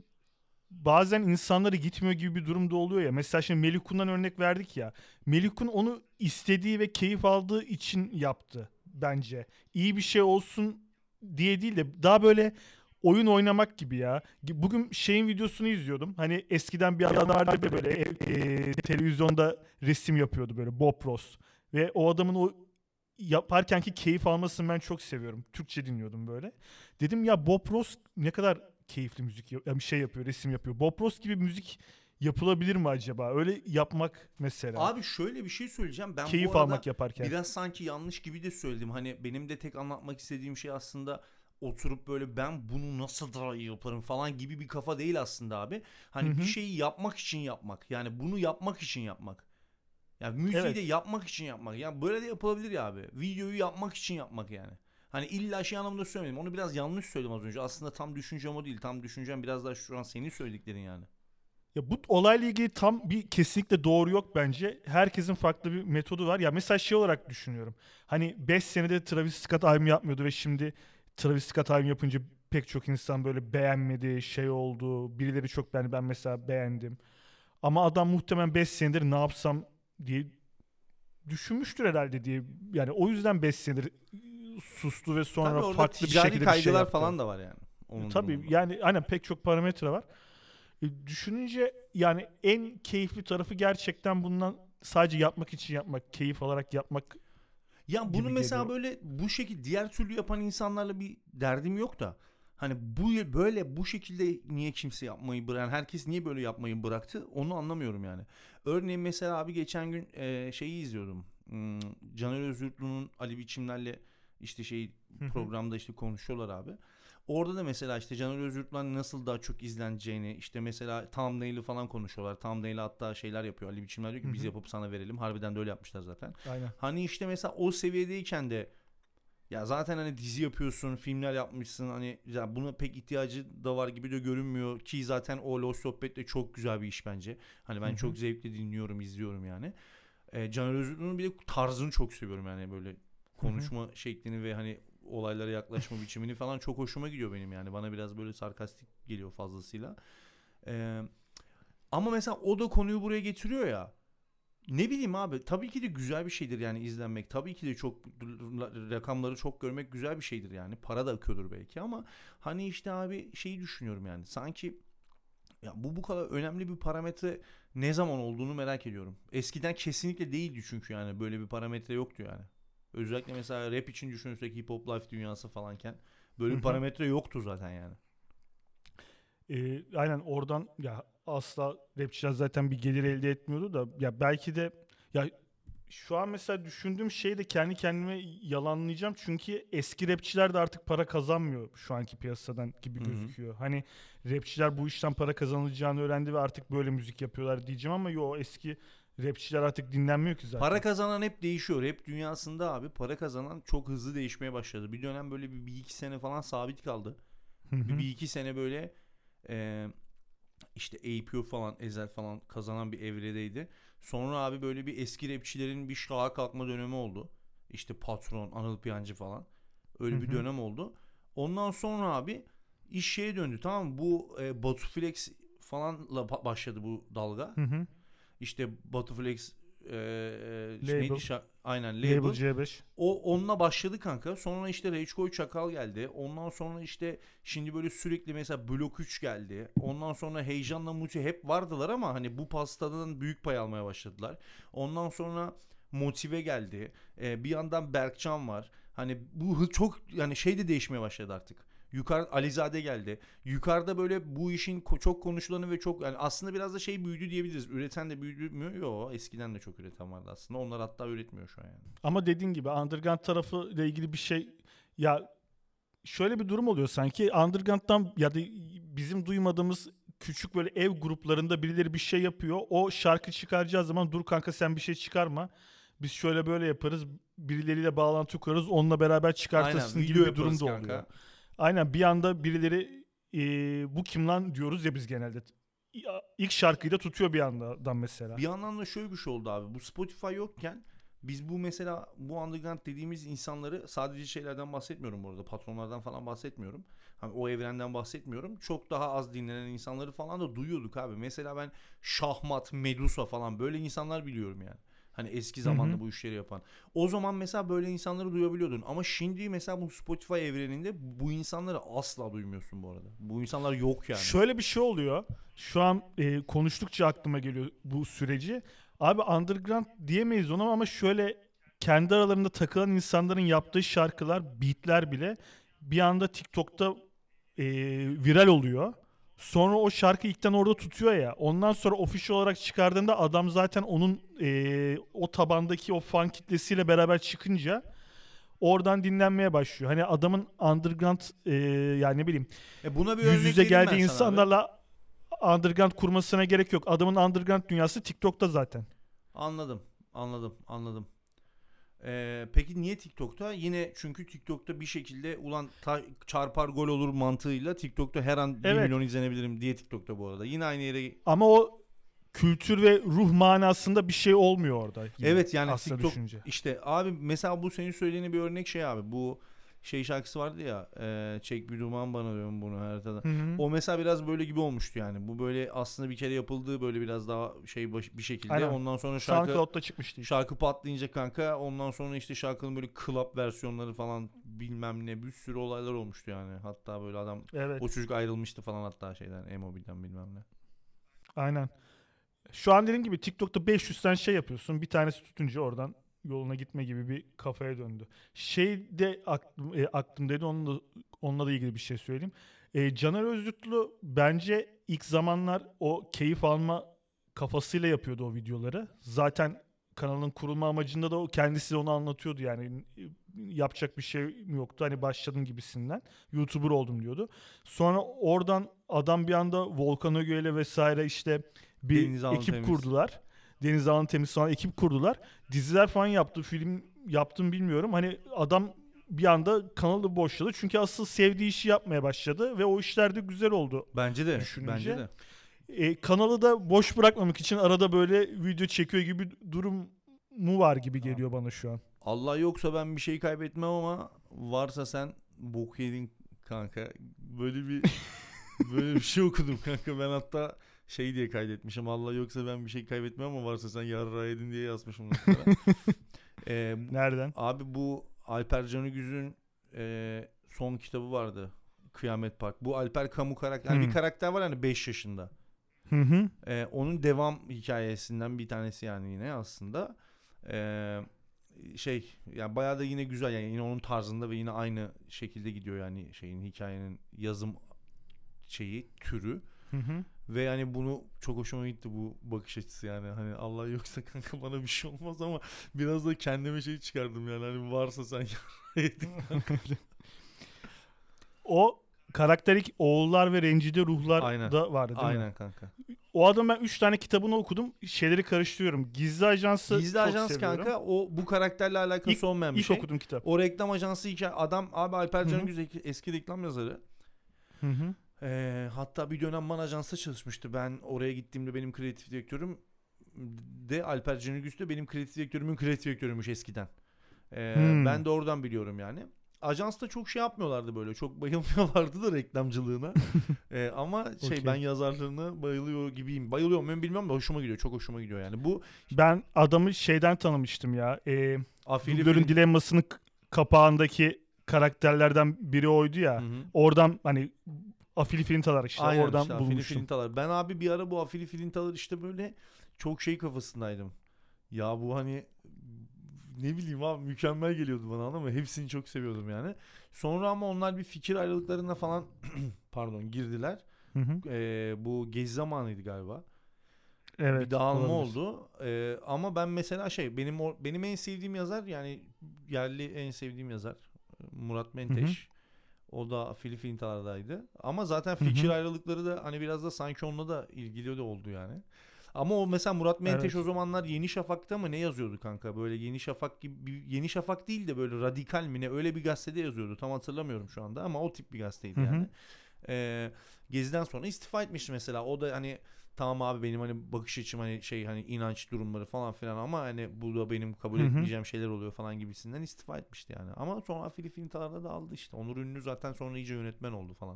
Speaker 2: bazen insanları gitmiyor gibi bir durumda oluyor ya. Mesela şimdi Melih Kun'dan örnek verdik ya. Melih Kun onu istediği ve keyif aldığı için yaptı bence. İyi bir şey olsun diye değil de daha böyle oyun oynamak gibi ya. Bugün şeyin videosunu izliyordum. Hani eskiden bir adam vardı ya böyle e, e, televizyonda resim yapıyordu böyle Bob Ross. Ve o adamın o yaparkenki keyif almasını ben çok seviyorum. Türkçe dinliyordum böyle. Dedim ya Bob Ross ne kadar keyifli müzik ya bir şey yapıyor, resim yapıyor. Bob Ross gibi müzik yapılabilir mi acaba? Öyle yapmak mesela.
Speaker 1: Abi şöyle bir şey söyleyeceğim. Ben bu
Speaker 2: Keyif
Speaker 1: arada
Speaker 2: almak yaparken.
Speaker 1: biraz sanki yanlış gibi de söyledim. Hani benim de tek anlatmak istediğim şey aslında oturup böyle ben bunu nasıl daha iyi yaparım falan gibi bir kafa değil aslında abi.
Speaker 2: Hı
Speaker 1: Hani bir
Speaker 2: hı.
Speaker 1: şeyi yapmak için yapmak. Yani bunu yapmak için yapmak. Yani müziği de
Speaker 2: Evet.
Speaker 1: yapmak için yapmak. Yani böyle de yapılabilir ya abi. Videoyu yapmak için yapmak yani. Hani illa şey anlamında söylemedim. Onu biraz yanlış söyledim az önce. Aslında tam düşüncem o değil. Tam düşüncem biraz daha şu an senin söylediklerin yani.
Speaker 2: Ya bu olayla ilgili tam bir kesinlikle doğru yok bence. Herkesin farklı bir metodu var. Ya mesela şey olarak düşünüyorum. Hani beş senede Travis Scott albüm yapmıyordu ve şimdi Travis Scott albüm yapınca pek çok insan böyle beğenmedi, şey oldu. Birileri çok beğendi. Ben mesela beğendim. Ama adam muhtemelen beş senedir ne yapsam diye düşünmüştür herhalde diye. Yani o yüzden beş senedir sustu ve
Speaker 1: Tabii
Speaker 2: sonra
Speaker 1: orada
Speaker 2: farklı bir
Speaker 1: ticari
Speaker 2: şekilde bir şey
Speaker 1: kaygılar
Speaker 2: yaptı.
Speaker 1: falan da var yani.
Speaker 2: E,
Speaker 1: Onun
Speaker 2: tabii
Speaker 1: durumunda.
Speaker 2: yani aynen pek çok parametre var. E, düşününce yani en keyifli tarafı gerçekten bundan sadece yapmak için yapmak, keyif alarak yapmak
Speaker 1: Ya bunu
Speaker 2: gibi
Speaker 1: mesela
Speaker 2: geliyor.
Speaker 1: böyle bu şekilde diğer türlü yapan insanlarla bir derdim yok da. Hani bu böyle bu şekilde niye kimse yapmayı bırak, yani herkes niye böyle yapmayı bıraktı onu anlamıyorum yani. Örneğin mesela abi geçen gün e, şeyi izliyordum. Hmm, Caner Özgürlü'nün Ali Biçimler'le işte şey
Speaker 2: Hı hı.
Speaker 1: programda işte konuşuyorlar abi. Orada da mesela işte Caner Özgürlü'nün nasıl daha çok izleneceğini, işte mesela thumbnail'i falan konuşuyorlar. Thumbnail'i hatta şeyler yapıyor. Ali Biçimler diyor
Speaker 2: Hı
Speaker 1: ki biz
Speaker 2: hı.
Speaker 1: yapıp sana verelim. Harbiden de öyle yapmışlar zaten.
Speaker 2: Aynen.
Speaker 1: Hani işte mesela o seviyedeyken de Ya zaten hani dizi yapıyorsun, filmler yapmışsın, hani ya buna pek ihtiyacı da var gibi de görünmüyor ki zaten o Lost Sohbet de çok güzel bir iş bence. Hani ben
Speaker 2: Hı hı.
Speaker 1: çok zevkle dinliyorum, izliyorum yani. E, Caner Özgürlü'nün bir de tarzını çok seviyorum yani, böyle konuşma şeklini ve hani olaylara yaklaşma biçimini falan çok hoşuma gidiyor benim yani. Bana biraz böyle sarkastik geliyor fazlasıyla. E, Ama mesela o da konuyu buraya getiriyor ya. Ne bileyim abi, tabii ki de güzel bir şeydir yani izlenmek. Tabii ki de çok rakamları çok görmek güzel bir şeydir yani. Para da akıyordur belki ama hani işte abi şeyi düşünüyorum yani. Sanki ya bu bu kadar önemli bir parametre ne zaman olduğunu merak ediyorum. Eskiden kesinlikle değildi çünkü yani böyle bir parametre yoktu yani. Özellikle mesela rap için düşünürsek, hip hop life dünyası falanken böyle
Speaker 2: Hı
Speaker 1: bir
Speaker 2: hı.
Speaker 1: parametre yoktu zaten yani.
Speaker 2: Ee, aynen oradan ya asla rapçiler zaten bir gelir elde etmiyordu da ya belki de ya şu an mesela düşündüğüm şey de kendi kendime yalanlayacağım çünkü eski rapçiler de artık para kazanmıyor şu anki piyasadan gibi
Speaker 1: Hı hı.
Speaker 2: gözüküyor. Hani rapçiler bu işten para kazanılacağını öğrendi ve artık böyle müzik yapıyorlar diyeceğim ama yo eski rapçiler artık dinlenmiyor ki
Speaker 1: Para
Speaker 2: zaten.
Speaker 1: kazanan hep değişiyor. Rap dünyasında abi para kazanan çok hızlı değişmeye başladı. Bir dönem böyle bir, bir iki sene falan sabit kaldı.
Speaker 2: Hı
Speaker 1: Bir,
Speaker 2: hı.
Speaker 1: bir iki sene böyle e, işte A P O falan, Ezel falan kazanan bir evredeydi. Sonra abi böyle bir eski rapçilerin bir şaha kalkma dönemi oldu. İşte Patron, Anıl Piyancı falan.
Speaker 2: Hı
Speaker 1: Öyle bir
Speaker 2: hı.
Speaker 1: dönem oldu. Ondan sonra abi iş şeye döndü, tamam mı? Bu e, Batu Flex falanla ba- başladı bu dalga.
Speaker 2: Hı hı.
Speaker 1: İşte Batu Flex e, e, neydi?
Speaker 2: Label.
Speaker 1: Şa- aynen,
Speaker 2: Label
Speaker 1: label.
Speaker 2: C beş.
Speaker 1: O onunla başladı kanka. Sonra işte Reçkoy Çakal geldi. Ondan sonra işte şimdi böyle sürekli mesela Blok üç geldi. Ondan sonra Heyecanla Muti hep vardılar ama hani bu pastadan büyük pay almaya başladılar. Ondan sonra Motive geldi. Ee, bir yandan Berkcan var. Hani bu çok yani şey de değişmeye başladı artık. Yukarı Alizade geldi. Yukarıda böyle bu işin ko- çok konuşulanı ve çok yani aslında biraz da şey büyüdü diyebiliriz. Üreten de büyüdü mü? Yok. Eskiden de çok üreten vardı aslında. Onlar hatta üretmiyor şu an yani.
Speaker 2: Ama dediğin gibi underground tarafı ile ilgili bir şey ya şöyle bir durum oluyor sanki underground'dan ya da bizim duymadığımız küçük böyle ev gruplarında birileri bir şey yapıyor. O şarkı çıkaracağı zaman dur kanka sen bir şey çıkarma. Biz şöyle böyle yaparız. Birileriyle bağlantı kurarız. Onunla beraber
Speaker 1: Aynen,
Speaker 2: çıkartırsın
Speaker 1: video
Speaker 2: gibi bir durum
Speaker 1: yaparız
Speaker 2: da oluyor.
Speaker 1: kanka.
Speaker 2: Aynen bir anda birileri eee, bu kim lan diyoruz ya biz genelde. İlk şarkıyı da tutuyor bir yandan
Speaker 1: Bir
Speaker 2: mesela.
Speaker 1: yandan da şöyle bir şey oldu abi. Bu Spotify yokken biz bu mesela bu underground dediğimiz insanları, sadece şeylerden bahsetmiyorum bu arada. Patronlardan falan bahsetmiyorum. Hani o evrenden bahsetmiyorum. Çok daha az dinlenen insanları falan da duyuyorduk abi. Mesela ben Şahmat, Medusa falan böyle insanlar biliyorum yani. Hani eski
Speaker 2: Hı hı.
Speaker 1: zamanda bu işleri yapan. O zaman mesela böyle insanları duyabiliyordun. Ama şimdi mesela bu Spotify evreninde bu insanları asla duymuyorsun bu arada. Bu insanlar yok yani.
Speaker 2: Şöyle bir şey oluyor. Şu an e, konuştukça aklıma geliyor bu süreci. Abi underground diyemeyiz ona ama şöyle kendi aralarında takılan insanların yaptığı şarkılar, beatler bile bir anda TikTok'ta e, viral oluyor. Sonra o şarkı ilkten orada tutuyor ya. Ondan sonra official olarak çıkardığında adam zaten onun e, o tabandaki o fan kitlesiyle beraber çıkınca oradan dinlenmeye başlıyor. Hani adamın underground e, yani ne bileyim
Speaker 1: E buna bir
Speaker 2: yüz
Speaker 1: örnek
Speaker 2: yüze
Speaker 1: vereyim
Speaker 2: geldiği
Speaker 1: ben sana abi.
Speaker 2: insanlarla underground kurmasına gerek yok. Adamın underground dünyası TikTok'ta zaten.
Speaker 1: Anladım, anladım, anladım. Ee, peki niye TikTok'ta? Yine çünkü TikTok'ta bir şekilde ulan ta- çarpar gol olur mantığıyla TikTok'ta her an bir
Speaker 2: Evet
Speaker 1: milyon izlenebilirim diye TikTok'ta bu arada. Yine aynı yere...
Speaker 2: ama o kültür ve ruh manasında bir şey olmuyor orada yine
Speaker 1: Evet yani
Speaker 2: aslında
Speaker 1: TikTok
Speaker 2: düşünce.
Speaker 1: işte abi, mesela bu senin söylediğine bir örnek şey abi. Bu şey şarkısı vardı ya, e, çek bir duman bana diyorum bunu her tarafta.
Speaker 2: Hı hı.
Speaker 1: O mesela biraz böyle gibi olmuştu yani. Bu böyle aslında bir kere yapıldığı böyle biraz daha şey baş- bir şekilde.
Speaker 2: Aynen.
Speaker 1: Ondan sonra şarkı
Speaker 2: SoundCloud'da çıkmıştı ilk.
Speaker 1: Şarkı patlayınca kanka, ondan sonra işte şarkının böyle club versiyonları falan bilmem ne, bir sürü olaylar olmuştu yani. Hatta böyle adam,
Speaker 2: Evet.
Speaker 1: o çocuk ayrılmıştı falan hatta şeyden, E-Mobil'den bilmem ne.
Speaker 2: Aynen. Şu an dediğim gibi TikTok'ta beş yüz tane şey yapıyorsun. Bir tanesi tutunca oradan yoluna gitme gibi bir kafaya döndü. Şey de aklım, e, aklımdaydı onunla, onunla da ilgili bir şey söyleyeyim. E, Caner Özgürtlü bence ilk zamanlar o keyif alma kafasıyla yapıyordu o videoları. Zaten kanalın kurulma amacında da o kendisi onu anlatıyordu yani e, yapacak bir şey yoktu hani başladım gibisinden YouTuber oldum diyordu. Sonra oradan adam bir anda Volkan Öge ile vesaire işte bir
Speaker 1: Deniz Alın
Speaker 2: ekip
Speaker 1: Temiz.
Speaker 2: kurdular. Deniz Alan Temiz falan ekip kurdular. Diziler falan yaptı. Film yaptım bilmiyorum. Hani adam bir anda kanalı boşladı. Çünkü asıl sevdiği işi yapmaya başladı ve o işler de güzel oldu.
Speaker 1: Bence de.
Speaker 2: Düşününce.
Speaker 1: Bence de.
Speaker 2: E, kanalı da boş bırakmamak için arada böyle video çekiyor gibi durum mu var gibi geliyor bana şu an.
Speaker 1: Allah yoksa ben bir şey kaybetmem ama varsa sen bok yedin kanka. Böyle bir böyle bir şey okudum kanka. Ben hatta şey diye kaydetmişim. Allah yoksa ben bir şey kaybetmem ama varsa sen yarrağı yedin diye yazmışım. ee,
Speaker 2: Nereden?
Speaker 1: Abi bu Alper Canıgüz'ün e, son kitabı vardı. Kıyamet Park. Bu Alper Kamu karakter. Yani
Speaker 2: Hmm.
Speaker 1: bir karakter var hani beş yaşında.
Speaker 2: Hı hı.
Speaker 1: Ee, onun devam hikayesinden bir tanesi yani yine aslında. Ee, şey yani bayağı da yine güzel yani yine onun tarzında ve yine aynı şekilde gidiyor yani şeyin hikayenin yazım şeyi türü.
Speaker 2: Hı hı.
Speaker 1: Ve yani bunu çok hoşuma gitti bu bakış açısı yani hani Allah yoksa kanka bana bir şey olmaz ama biraz da kendime şey çıkardım yani hani varsa sen yedin kanka.
Speaker 2: O karakterik oğullar ve rencide ruhlar
Speaker 1: Aynen.
Speaker 2: da vardı değil
Speaker 1: Aynen
Speaker 2: mi?
Speaker 1: kanka.
Speaker 2: O adam ben üç tane kitabını okudum. Şeyleri karıştırıyorum. Gizli Ajans'ı
Speaker 1: Gizli
Speaker 2: çok
Speaker 1: Ajans
Speaker 2: seviyorum.
Speaker 1: kanka o bu karakterle alakası
Speaker 2: İlk-
Speaker 1: olmayan bir
Speaker 2: İlk
Speaker 1: şey.
Speaker 2: okudum kitap.
Speaker 1: O reklam ajansı hikaye adam abi Alper
Speaker 2: Hı hı.
Speaker 1: Canıgüz eski reklam yazarı.
Speaker 2: Hı hı.
Speaker 1: Ee, hatta bir dönem Man Ajans'ta çalışmıştı. Ben oraya gittiğimde benim kreatif direktörüm de Alper Canıgüz de benim kreatif direktörümün kreatif direktörüymüş eskiden. Ee,
Speaker 2: Hmm.
Speaker 1: Ben de oradan biliyorum yani. Ajansta çok şey yapmıyorlardı böyle. Çok bayılmıyorlardı da reklamcılığına. ee, ama şey
Speaker 2: Okay.
Speaker 1: ben yazarlığına bayılıyor gibiyim. Bayılıyor muyum bilmiyorum da hoşuma gidiyor. Çok hoşuma gidiyor yani. Bu
Speaker 2: Ben adamı şeyden tanımıştım ya. E,
Speaker 1: Afili
Speaker 2: Dublör'ün
Speaker 1: film.
Speaker 2: Dilemması'nın k- kapağındaki karakterlerden biri oydu ya.
Speaker 1: Hı hı.
Speaker 2: Oradan hani afili filintalar işte
Speaker 1: Aynen
Speaker 2: oradan
Speaker 1: işte afili
Speaker 2: bulmuştum.
Speaker 1: filintalar. Ben abi bir ara bu afili filintalar işte böyle çok şey kafasındaydım. Ya bu hani ne bileyim abi mükemmel geliyordu bana ama hepsini çok seviyordum yani. Sonra ama onlar bir fikir ayrılıklarına falan pardon girdiler.
Speaker 2: Hı hı.
Speaker 1: Ee, bu gezi zamanıydı galiba.
Speaker 2: Evet.
Speaker 1: Bir dağılma
Speaker 2: olabilir.
Speaker 1: oldu. Ee, ama ben mesela şey benim o, benim en sevdiğim yazar yani yerli en sevdiğim yazar Murat Menteş. O da Filifintalardaydı. Ama zaten
Speaker 2: Hı hı.
Speaker 1: fikir ayrılıkları da hani biraz da sanki onunla da ilgili de oldu yani. Ama o mesela Murat Menteş
Speaker 2: Evet.
Speaker 1: o zamanlar Yeni Şafak'ta mı ne yazıyordu kanka? Böyle Yeni Şafak gibi bir- Yeni Şafak değil de böyle Radikal mi ne öyle bir gazetede yazıyordu. Tam hatırlamıyorum şu anda ama o tip bir gazeteydi
Speaker 2: Hı hı.
Speaker 1: yani. Ee, Gezi'den sonra istifa etmişti mesela. O da hani tamam abi benim hani bakış açım hani şey hani inanç durumları falan filan ama hani bu da benim kabul
Speaker 2: Hı hı.
Speaker 1: etmeyeceğim şeyler oluyor falan gibisinden istifa etmişti yani. Ama sonra Filifintalarda da aldı işte. Onur Ünlü zaten sonra iyice yönetmen oldu falan.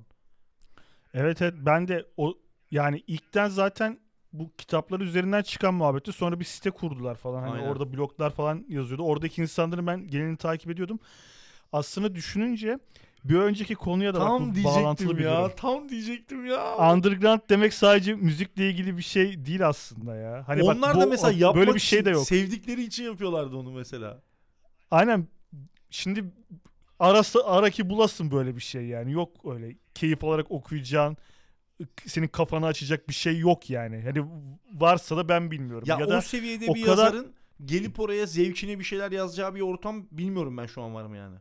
Speaker 2: Evet evet ben de o yani ilkten zaten bu kitaplar üzerinden çıkan muhabbeti sonra bir site kurdular falan. Hani
Speaker 1: Aynen.
Speaker 2: orada bloglar falan yazıyordu. Oradaki insanların ben genelini takip ediyordum. Aslında düşününce bir önceki konuya da bak
Speaker 1: Tam
Speaker 2: bu bağlantılı
Speaker 1: diyecektim
Speaker 2: bir
Speaker 1: ya.
Speaker 2: durum.
Speaker 1: Tam diyecektim ya.
Speaker 2: Underground demek sadece müzikle ilgili bir şey değil aslında ya. Hani bak
Speaker 1: Onlar
Speaker 2: bu
Speaker 1: da mesela
Speaker 2: o-
Speaker 1: yapmak
Speaker 2: böyle bir şey
Speaker 1: için
Speaker 2: de yok.
Speaker 1: sevdikleri için yapıyorlardı onu mesela.
Speaker 2: Aynen şimdi arası araki bulasın böyle bir şey yani. Yok öyle keyif alarak okuyacağın senin kafanı açacak bir şey yok yani. Hani varsa da ben bilmiyorum.
Speaker 1: Ya,
Speaker 2: Ya
Speaker 1: o
Speaker 2: da
Speaker 1: seviyede
Speaker 2: o
Speaker 1: bir
Speaker 2: kadar
Speaker 1: yazarın gelip oraya zevkine bir şeyler yazacağı bir ortam bilmiyorum ben şu an var mı yani.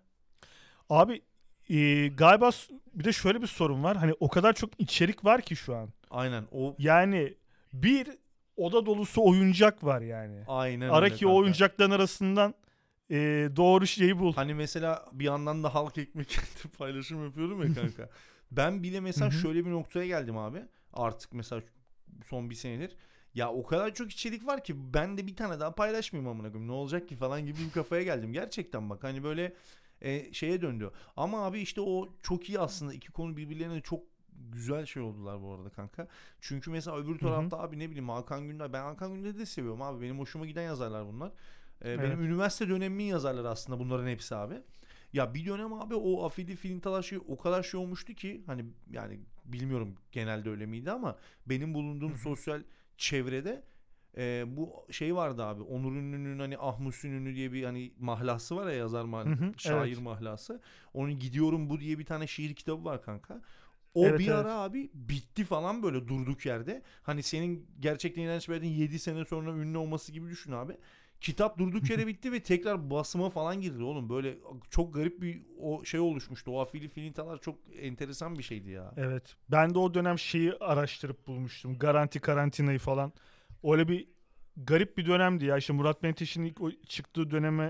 Speaker 2: abi e, galiba s- bir de şöyle bir sorun var. Hani o kadar çok içerik var ki şu an.
Speaker 1: Aynen o
Speaker 2: Yani bir oda dolusu oyuncak var yani.
Speaker 1: aynen
Speaker 2: Ara
Speaker 1: öyle
Speaker 2: ki o
Speaker 1: kanka.
Speaker 2: oyuncakların arasından e, doğru şeyi bul.
Speaker 1: Hani mesela bir yandan da halk ekmek paylaşım yapıyorum ya kanka. Ben bile
Speaker 2: Hı
Speaker 1: mesela
Speaker 2: hı.
Speaker 1: şöyle bir noktaya geldim abi. Artık mesela son bir senedir. Ya o kadar çok içerik var ki ben de bir tane daha paylaşmayayım amına koyayım. Ne olacak ki falan gibi bir kafaya geldim. Gerçekten bak hani böyle e, şeye döndü. Ama abi işte o çok iyi aslında. İki konu birbirlerine çok güzel şey oldular bu arada kanka. Çünkü mesela öbür
Speaker 2: Hı hı.
Speaker 1: tarafta abi ne bileyim Hakan Gündar. Ben Hakan Gündar'ı da seviyorum abi. Benim hoşuma giden yazarlar bunlar. Ee, benim
Speaker 2: Evet.
Speaker 1: üniversite dönemimin yazarları aslında bunların hepsi abi. Ya bir dönem abi o Afili Filintalar şey o kadar şey olmuştu ki hani yani bilmiyorum genelde öyle miydi ama benim bulunduğum
Speaker 2: Hı hı.
Speaker 1: sosyal çevrede e, bu şey vardı abi. Onur Ünlü'nün hani Ahmus Ünlü diye bir hani mahlası var ya yazar
Speaker 2: Hı
Speaker 1: mah-
Speaker 2: hı.
Speaker 1: şair
Speaker 2: Evet.
Speaker 1: mahlası. Onun Gidiyorum Bu diye bir tane şiir kitabı var kanka. O
Speaker 2: Evet
Speaker 1: bir
Speaker 2: evet.
Speaker 1: ara abi bitti falan böyle durduk yerde. Hani senin gerçekten inanç verdiğin yedi sene sonra ünlü olması gibi düşün abi. Kitap durduk yere bitti ve tekrar basıma falan girdi oğlum. Böyle çok garip bir o şey oluşmuştu. O afili filintalar çok enteresan bir şeydi ya.
Speaker 2: Evet. Ben de o dönem şeyi araştırıp bulmuştum. Garanti karantinayı falan. Öyle bir garip bir dönemdi ya. İşte Murat Menteş'in ilk o çıktığı döneme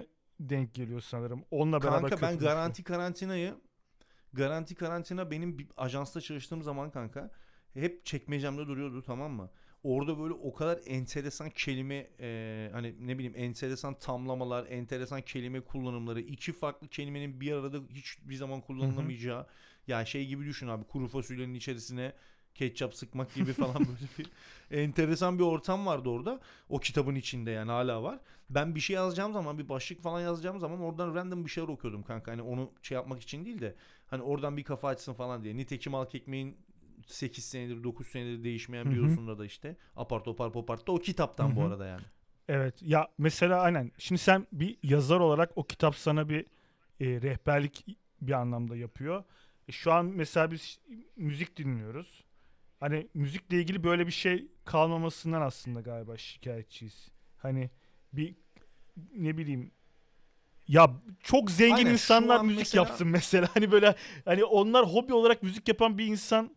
Speaker 2: denk geliyor sanırım. Onunla beraber
Speaker 1: Kanka ben
Speaker 2: köpürmüştü.
Speaker 1: Garanti Karantina'yı Garanti Karantina benim bir ajansta çalıştığım zaman kanka hep çekmecemde duruyordu, tamam mı? Orada böyle o kadar enteresan kelime e, hani ne bileyim enteresan tamlamalar, enteresan kelime kullanımları, iki farklı kelimenin bir arada hiçbir zaman kullanılamayacağı, ya şey gibi düşün abi, kuru fasulyenin içerisine ketçap sıkmak gibi falan böyle bir enteresan bir ortam vardı orada. O kitabın içinde yani hala var. Ben bir şey yazacağım zaman, bir başlık falan yazacağım zaman oradan random bir şeyler okuyordum kanka. Hani onu şey yapmak için değil de hani oradan bir kafa açsın falan diye. Nitekim Halk Ekmeğin sekiz senedir dokuz senedir değişmeyen
Speaker 2: Hı hı.
Speaker 1: biyosunda da işte apar topar popartta o kitaptan
Speaker 2: Hı
Speaker 1: bu
Speaker 2: hı.
Speaker 1: arada yani.
Speaker 2: Evet ya mesela aynen. Şimdi sen bir yazar olarak o kitap sana bir e, rehberlik bir anlamda yapıyor. E, şu an mesela biz müzik dinliyoruz. Hani müzikle ilgili böyle bir şey kalmamasından aslında galiba şikayetçiyiz. Hani bir ne bileyim ya çok zengin
Speaker 1: Aynen, şu
Speaker 2: insanlar
Speaker 1: an
Speaker 2: müzik
Speaker 1: mesela
Speaker 2: yapsın mesela. Hani böyle hani onlar hobi olarak müzik yapan bir insan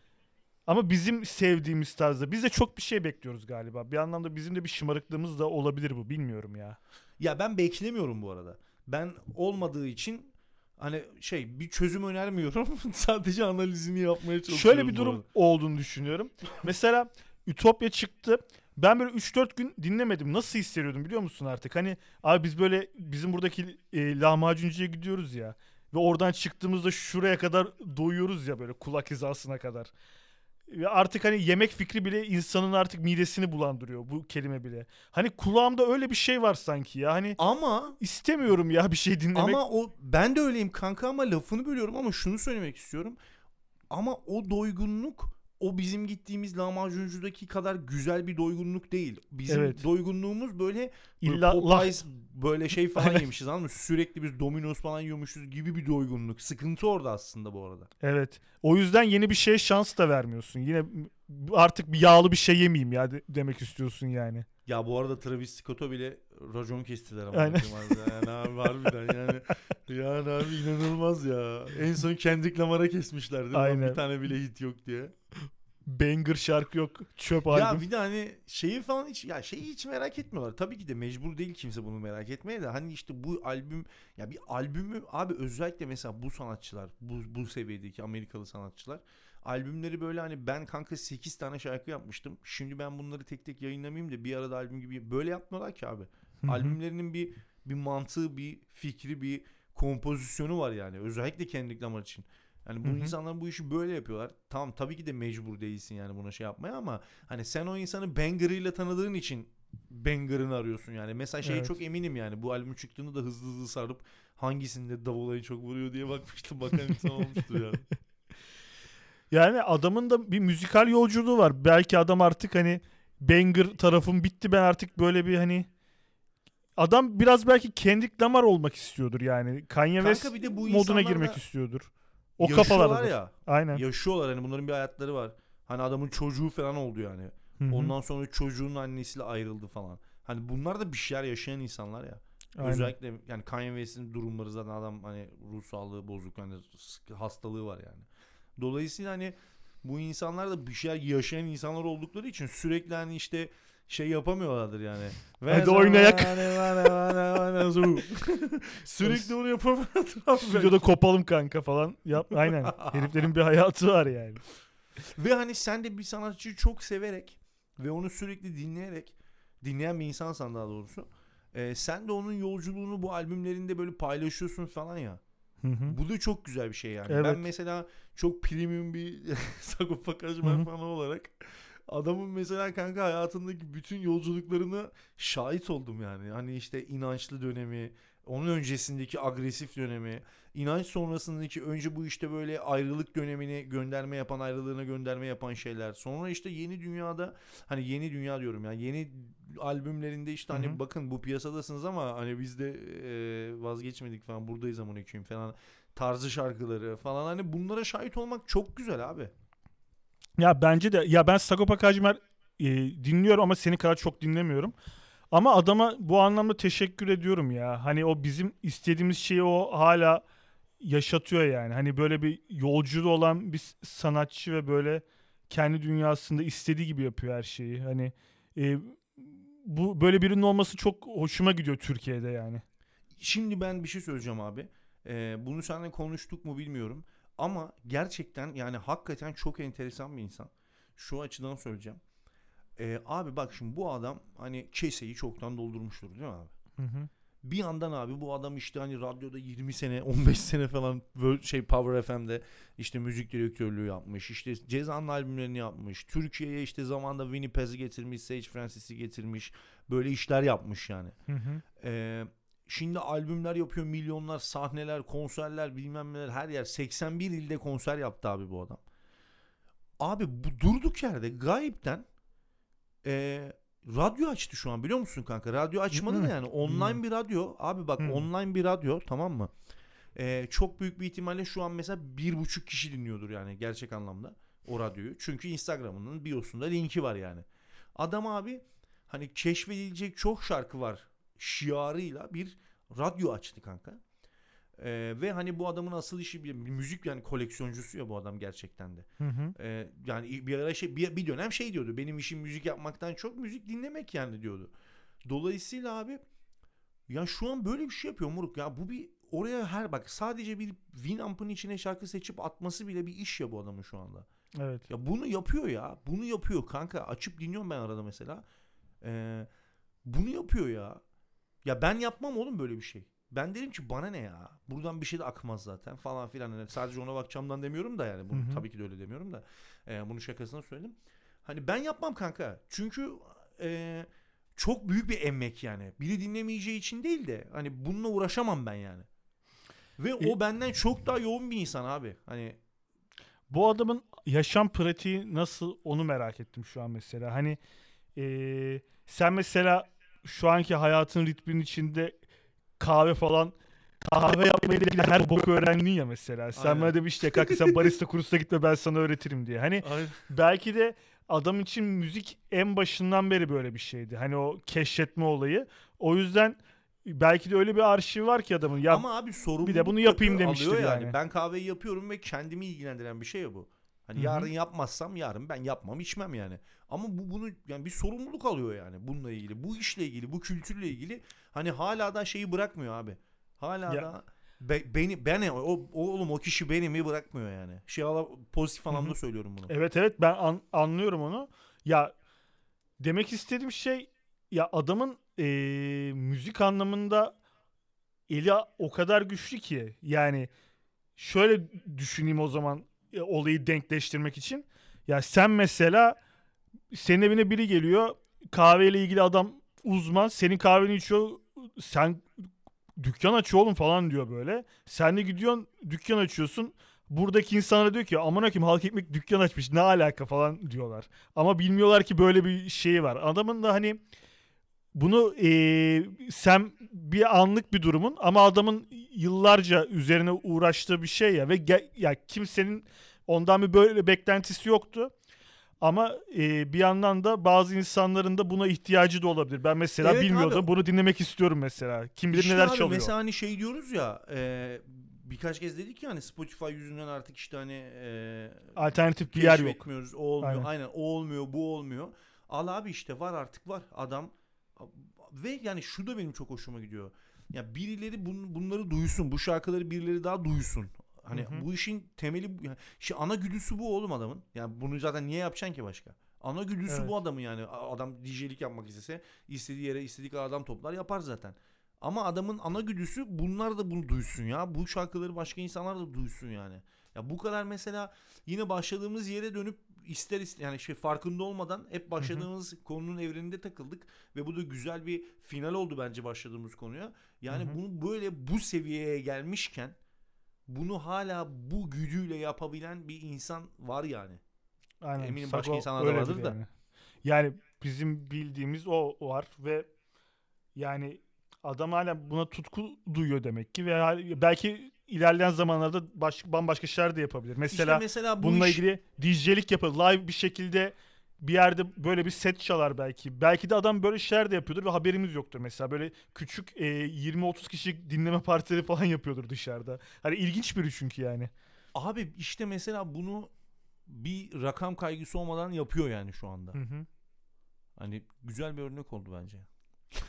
Speaker 2: ama bizim sevdiğimiz tarzda. Biz de çok bir şey bekliyoruz galiba. Bir anlamda bizim de bir şımarıklığımız da olabilir bu. Bilmiyorum ya.
Speaker 1: ya ben beklemiyorum bu arada. Ben olmadığı için hani şey bir çözüm önermiyorum. Sadece analizini yapmaya
Speaker 2: Şöyle
Speaker 1: çalışıyorum
Speaker 2: bir
Speaker 1: bu arada.
Speaker 2: durum olduğunu düşünüyorum. Mesela Ütopya çıktı. Ben böyle üç dört gün dinlemedim. Nasıl hissediyordum biliyor musun artık? Hani abi biz böyle bizim buradaki e, lahmacuncuya gidiyoruz ya. Ve oradan çıktığımızda şuraya kadar doyuyoruz ya böyle kulak hizasına kadar. Ve artık hani yemek fikri bile insanın artık midesini bulandırıyor bu kelime bile. Hani kulağımda öyle bir şey var sanki ya. Hani
Speaker 1: Ama
Speaker 2: istemiyorum ya bir şey dinlemek.
Speaker 1: ama o ben de öyleyim kanka, ama lafını bölüyorum ama şunu söylemek istiyorum. Ama o doygunluk o bizim gittiğimiz lahmacuncudaki kadar güzel bir doygunluk değil. Bizim
Speaker 2: Evet.
Speaker 1: doygunluğumuz böyle, böyle
Speaker 2: İlla lah.
Speaker 1: Popeyes böyle şey falan
Speaker 2: Aynen.
Speaker 1: yemişiz, anladın mı? Sürekli biz Domino's falan yiyormuşuz gibi bir doygunluk. Sıkıntı orada aslında bu arada.
Speaker 2: Evet. O yüzden yeni bir şeye şans da vermiyorsun. Yine artık bir yağlı bir şey yemeyeyim ya de- demek istiyorsun yani.
Speaker 1: Ya bu arada Travis Scott'a bile racon kestiler ama
Speaker 2: Aynen.
Speaker 1: yani abi harbiden yani yani abi inanılmaz ya. En son Kendrick Lamar'a kesmişlerdi lan, bir
Speaker 2: Aynen.
Speaker 1: tane bile hit yok diye.
Speaker 2: Banger şarkı yok. Çöp
Speaker 1: Ya
Speaker 2: albüm.
Speaker 1: bir de hani şeyi falan hiç, ya şeyi hiç merak etmiyorlar. Tabii ki de mecbur değil kimse bunu merak etmeye de, hani işte bu albüm, ya bir albümü abi özellikle mesela bu sanatçılar, bu bu seviyedeki Amerikalı sanatçılar albümleri böyle hani ben kanka sekiz tane şarkı yapmıştım. Şimdi ben bunları tek tek yayınlamayayım da bir arada albüm gibi, böyle yapmıyorlar ki abi.
Speaker 2: Hı hı.
Speaker 1: Albümlerinin bir bir mantığı, bir fikri, bir kompozisyonu var yani. Özellikle kendi reklamlar için. Yani
Speaker 2: Hı
Speaker 1: bu
Speaker 2: hı.
Speaker 1: insanlar bu işi böyle yapıyorlar. Tamam, tabii ki de mecbur değilsin yani buna şey yapmaya, ama hani sen o insanı banger'ıyla tanıdığın için banger'ını arıyorsun yani. Mesela şeye çok
Speaker 2: Evet.
Speaker 1: eminim yani, bu albüm çıktığında da hızlı hızlı sarıp hangisinde davul en çok vuruyor diye bakmıştım. Bakan insan olmuştur yani.
Speaker 2: Yani adamın da bir müzikal yolculuğu var. Belki adam artık hani banger tarafım bitti, ben artık böyle bir hani adam biraz belki Kendrick Lamar olmak istiyordur yani. Kanye
Speaker 1: Kanka
Speaker 2: West
Speaker 1: bir de bu
Speaker 2: moduna
Speaker 1: insanlar
Speaker 2: girmek
Speaker 1: da
Speaker 2: istiyordur. O
Speaker 1: yaşıyorlar
Speaker 2: kafalardadır.
Speaker 1: ya.
Speaker 2: Aynen.
Speaker 1: Yaşıyorlar, hani bunların bir hayatları var. Hani adamın çocuğu falan oldu yani.
Speaker 2: Hı hı.
Speaker 1: Ondan sonra çocuğun annesiyle ayrıldı falan. Hani bunlar da bir şeyler yaşayan insanlar ya.
Speaker 2: Aynen.
Speaker 1: Özellikle yani Kanye West'in durumları zaten, adam hani ruh sağlığı bozuk, hani hastalığı var yani. Dolayısıyla hani bu insanlar da bir şeyler yaşayan insanlar oldukları için sürekli hani işte şey yapamıyorlardır yani. Ve
Speaker 2: Hadi oynayak.
Speaker 1: Sürekli onu yapamıyorlar abi
Speaker 2: Stüdyoda
Speaker 1: belki.
Speaker 2: kopalım kanka falan. Yap, aynen. Heriflerin bir hayatı var yani.
Speaker 1: Ve hani sen de bir sanatçıyı çok severek ve onu sürekli dinleyerek, dinleyen bir insansan daha doğrusu, e, sen de onun yolculuğunu bu albümlerinde böyle paylaşıyorsun falan ya.
Speaker 2: Hı hı.
Speaker 1: Bu da çok güzel bir şey yani. Ben
Speaker 2: Evet.
Speaker 1: mesela çok premium bir Sagopa
Speaker 2: Hı
Speaker 1: Kajmer
Speaker 2: hı.
Speaker 1: fanı olarak adamın mesela kanka hayatındaki bütün yolculuklarına şahit oldum yani. Hani işte inançlı dönemi, onun öncesindeki agresif dönemi, inanç sonrasındaki önce bu işte böyle ayrılık dönemini gönderme yapan, ayrılığına gönderme yapan şeyler. Sonra işte yeni dünyada, hani yeni dünya diyorum ya, yeni albümlerinde işte
Speaker 2: Hı hı.
Speaker 1: hani bakın bu piyasadasınız ama hani biz de e, vazgeçmedik falan, buradayız amına koyayım falan tarzı şarkıları falan, hani bunlara şahit olmak çok güzel abi.
Speaker 2: Ya bence de ya ben Sagopa Kajmer e, dinliyorum ama senin kadar çok dinlemiyorum. Ama adama bu anlamda teşekkür ediyorum ya. Hani o bizim istediğimiz şeyi o hala yaşatıyor yani. Hani böyle bir yolculuğu olan bir sanatçı ve böyle kendi dünyasında istediği gibi yapıyor her şeyi. Hani e, bu böyle birinin olması çok hoşuma gidiyor Türkiye'de yani.
Speaker 1: şimdi ben bir şey söyleyeceğim abi. Ee, bunu seninle konuştuk mu bilmiyorum. Ama gerçekten yani hakikaten çok enteresan bir insan. Şu açıdan söyleyeceğim. Ee, abi bak şimdi bu adam hani keseyi çoktan doldurmuştur değil mi abi?
Speaker 2: Hı hı.
Speaker 1: Bir yandan abi bu adam işte hani radyoda yirmi sene on beş sene falan şey Power F M'de işte müzik direktörlüğü yapmış. İşte Ceza'nın albümlerini yapmış. Türkiye'ye işte zamanda Winnie Paz'ı getirmiş. Sage Francis'i getirmiş. Böyle işler yapmış yani.
Speaker 2: Hı hı.
Speaker 1: Ee, şimdi albümler yapıyor. Milyonlar sahneler, konserler bilmem neler her yer. seksen bir ilde konser yaptı abi bu adam. Abi bu durduk yerde gayipten eee radyo açtı şu an biliyor musun kanka? Radyo açmadı da yani online bir radyo. Abi bak
Speaker 2: Hı.
Speaker 1: online bir radyo tamam mı? Ee, çok büyük bir ihtimalle şu an mesela bir buçuk kişi dinliyordur yani gerçek anlamda o radyoyu. Çünkü Instagram'ının biosunda linki var yani. Adam abi hani keşfedilecek çok şarkı var şiarıyla bir radyo açtı kanka. Ee, ve hani bu adamın asıl işi bir, bir müzik yani koleksiyoncusu ya bu adam gerçekten de.
Speaker 2: Hı hı.
Speaker 1: Ee, yani bir ara şey bir, bir dönem şey diyordu. Benim işim müzik yapmaktan çok müzik dinlemek yani diyordu. Dolayısıyla abi ya şu an böyle bir şey yapıyor moruk ya. Bu bir oraya her bak sadece bir Winamp'ın içine şarkı seçip atması bile bir iş ya bu adamın şu anda.
Speaker 2: Evet.
Speaker 1: Ya bunu yapıyor ya. Bunu yapıyor kanka. Açıp dinliyorum ben arada mesela. Ee, bunu yapıyor ya. Ya ben yapmam oğlum böyle bir şey. Ben derim ki bana ne ya? Buradan bir şey de akmaz zaten falan filan. Yani sadece ona bakacağımdan demiyorum da yani. Bunu,
Speaker 2: Hı hı.
Speaker 1: tabii ki de öyle demiyorum da. Ee, bunu şakasına söyledim. Hani ben yapmam kanka. Çünkü e, çok büyük bir emek yani. Biri dinlemeyeceği için değil de hani bununla uğraşamam ben yani. Ve
Speaker 2: E,
Speaker 1: o benden çok daha yoğun bir insan abi. Hani
Speaker 2: Bu adamın yaşam pratiği nasıl onu merak ettim şu an mesela. Hani eee, sen mesela şu anki hayatın ritminin içinde kahve falan kahve yapmayı ilgili her boku öğrendin ya mesela. Sen
Speaker 1: aynen.
Speaker 2: bana demiştin ya kanka sen barista kursuna gitme ben sana öğretirim diye. Hani
Speaker 1: Aynen.
Speaker 2: belki de adam için müzik en başından beri böyle bir şeydi. Hani o keşfetme olayı. O yüzden belki de öyle bir arşiv var ki adamın. Ya
Speaker 1: Ama abi
Speaker 2: bir de bunu
Speaker 1: sorumluluk
Speaker 2: yapayım
Speaker 1: yapıyor,
Speaker 2: demiştir
Speaker 1: alıyor yani.
Speaker 2: yani.
Speaker 1: Ben kahveyi yapıyorum ve kendimi ilgilendiren bir şey ya bu. Hani
Speaker 2: Hı
Speaker 1: yarın
Speaker 2: hı.
Speaker 1: yapmazsam yarın ben yapmam içmem yani. Ama bu bunu yani bir sorumluluk alıyor yani bununla ilgili. Bu işle ilgili, bu kültürle ilgili hani hala da şeyi bırakmıyor abi. Hala
Speaker 2: Ya
Speaker 1: da be- beni ben o, o oğlum o kişi beni mi bırakmıyor yani. Şey ala- pozitif
Speaker 2: hı
Speaker 1: anlamda
Speaker 2: hı.
Speaker 1: söylüyorum bunu.
Speaker 2: Evet evet ben an- anlıyorum onu. Ya demek istediğim şey ya adamın eee, müzik anlamında eli o kadar güçlü ki yani şöyle düşüneyim o zaman e, olayı denkleştirmek için. Ya sen mesela senin evine biri geliyor kahveyle ilgili adam uzman senin kahveni içiyor sen dükkan aç oğlum falan diyor böyle. Sen de gidiyorsun dükkan açıyorsun. Buradaki insanlara diyor ki aman hakim halk ekmek dükkan açmış ne alaka falan diyorlar. Ama bilmiyorlar ki böyle bir şey var. Adamın da hani bunu eee, sen bir anlık bir durumun ama adamın yıllarca üzerine uğraştığı bir şey ya ve ge- ya kimsenin ondan bir böyle beklentisi yoktu. Ama eee, bir yandan da bazı insanların da buna ihtiyacı da olabilir. Ben mesela
Speaker 1: Evet abi.
Speaker 2: bilmiyordum. Bunu dinlemek istiyorum mesela. Kim bilir
Speaker 1: İşte
Speaker 2: neler
Speaker 1: abi
Speaker 2: çalıyor.
Speaker 1: mesela hani şey diyoruz ya e, birkaç kez dedik ya hani Spotify yüzünden artık işte hani e,
Speaker 2: Alternatif bir yer yok.
Speaker 1: keşfetmiyoruz o olmuyor
Speaker 2: Aynen.
Speaker 1: aynen o olmuyor bu olmuyor. Al abi işte var artık var adam ve yani şu da benim çok hoşuma gidiyor. Ya birileri bun, bunları duysun bu şarkıları birileri daha duysun.
Speaker 2: Hı
Speaker 1: Hani
Speaker 2: hı.
Speaker 1: bu işin temeli yani şey ana güdüsü bu oğlum adamın. Yani bunu zaten niye yapacaksın ki başka? Ana güdüsü
Speaker 2: Evet.
Speaker 1: bu adamın yani. Adam D J'lik yapmak istese istediği yere istediği kadar adam toplar yapar zaten. Ama adamın ana güdüsü bunlar da bunu duysun ya. Bu şarkıları başka insanlar da duysun yani. Ya bu kadar mesela yine başladığımız yere dönüp ister ister yani şey farkında olmadan hep
Speaker 2: Hı hı.
Speaker 1: başladığımız konunun evreninde takıldık ve bu da güzel bir final oldu bence başladığımız konuya.
Speaker 2: Hı
Speaker 1: Yani
Speaker 2: hı.
Speaker 1: bunu böyle bu seviyeye gelmişken bunu hala bu gücüyle yapabilen bir insan var yani.
Speaker 2: Aynen.
Speaker 1: Eminim başka
Speaker 2: Sago
Speaker 1: insanlar da
Speaker 2: öyledir
Speaker 1: vardır da.
Speaker 2: yani. Yani bizim bildiğimiz o var ve yani adam hala buna tutku duyuyor demek ki ve hal- belki ilerleyen zamanlarda baş, bambaşka şeyler de yapabilir.
Speaker 1: İşte
Speaker 2: Mesela
Speaker 1: mesela bu
Speaker 2: bununla
Speaker 1: iş
Speaker 2: ilgili D J'lik yapar. Live bir şekilde bir yerde böyle bir set çalar belki. Belki de adam böyle şeyler de yapıyordur ve haberimiz yoktur. Mesela böyle küçük e, yirmi otuz kişi dinleme partileri falan yapıyordur dışarıda. Hani ilginç biri çünkü yani.
Speaker 1: abi işte mesela bunu bir rakam kaygısı olmadan yapıyor yani şu anda.
Speaker 2: Hı hı.
Speaker 1: Hani güzel bir örnek oldu bence.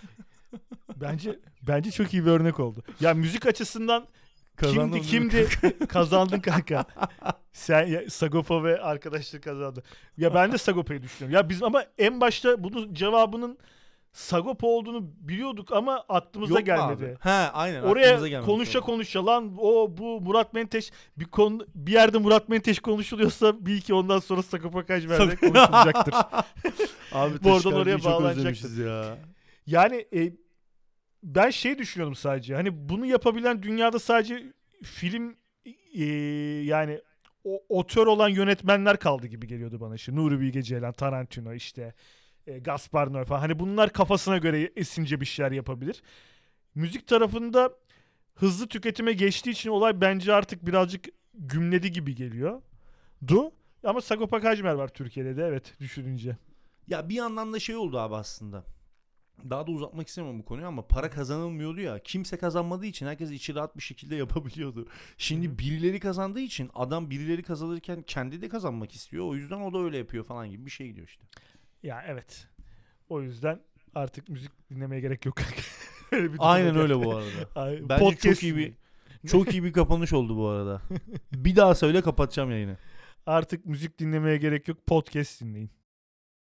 Speaker 2: Bence bence çok iyi bir örnek oldu. Ya müzik açısından
Speaker 1: Kazandın
Speaker 2: kimdi
Speaker 1: değil mi?
Speaker 2: kimdi kazandın kanka. Sen ya, Sagopa ve arkadaşlar kazandı. Ya ben de Sagopa'yı düşünüyorum. Ya biz ama en başta bunun cevabının Sagopa olduğunu biliyorduk ama aklımıza
Speaker 1: Yok mu
Speaker 2: gelmedi.
Speaker 1: abi? He aynen. aklımıza
Speaker 2: Oraya
Speaker 1: gelmemiş
Speaker 2: konuşa
Speaker 1: oldu.
Speaker 2: konuşa lan o bu Murat Menteş bir konu bir yerde Murat Menteş konuşuluyorsa bil ki ondan sonra Sagopa Kajmer'de konuşulacaktır.
Speaker 1: Abi
Speaker 2: Bu oradan
Speaker 1: Taşikarcı'yı
Speaker 2: oraya
Speaker 1: çok
Speaker 2: bağlanacaktır.
Speaker 1: özlemişiz ya.
Speaker 2: Yani e, ben şey düşünüyorum sadece. Hani bunu yapabilen dünyada sadece film e, yani o otör olan yönetmenler kaldı gibi geliyordu bana. İşte Nuri Bilge Ceylan, Tarantino işte e, Gaspar Noé falan. Hani bunlar kafasına göre esince bir şeyler yapabilir. Müzik tarafında hızlı tüketime geçtiği için olay bence artık birazcık gümledi gibi geliyor. Du. Ama Sagopa Kajmer var Türkiye'de de evet düşününce.
Speaker 1: Ya bir yandan da şey oldu abi aslında. Daha da uzatmak istemem bu konuyu ama para kazanılmıyordu ya. Kimse kazanmadığı için herkes içi rahat bir şekilde yapabiliyordu. Şimdi
Speaker 2: Hı-hı.
Speaker 1: birileri kazandığı için adam birileri kazanırken kendi de kazanmak istiyor. O yüzden o da öyle yapıyor falan gibi bir şey gidiyor işte.
Speaker 2: Ya evet. O yüzden artık müzik dinlemeye gerek yok kanka. Öyle bir duruma
Speaker 1: Aynen
Speaker 2: geldi.
Speaker 1: öyle bu arada.
Speaker 2: Ay,
Speaker 1: Bence
Speaker 2: podcast
Speaker 1: çok iyi bir çok iyi bir kapanış oldu bu arada. Bir daha söyle kapatacağım yayını.
Speaker 2: Artık müzik dinlemeye gerek yok. Podcast dinleyin.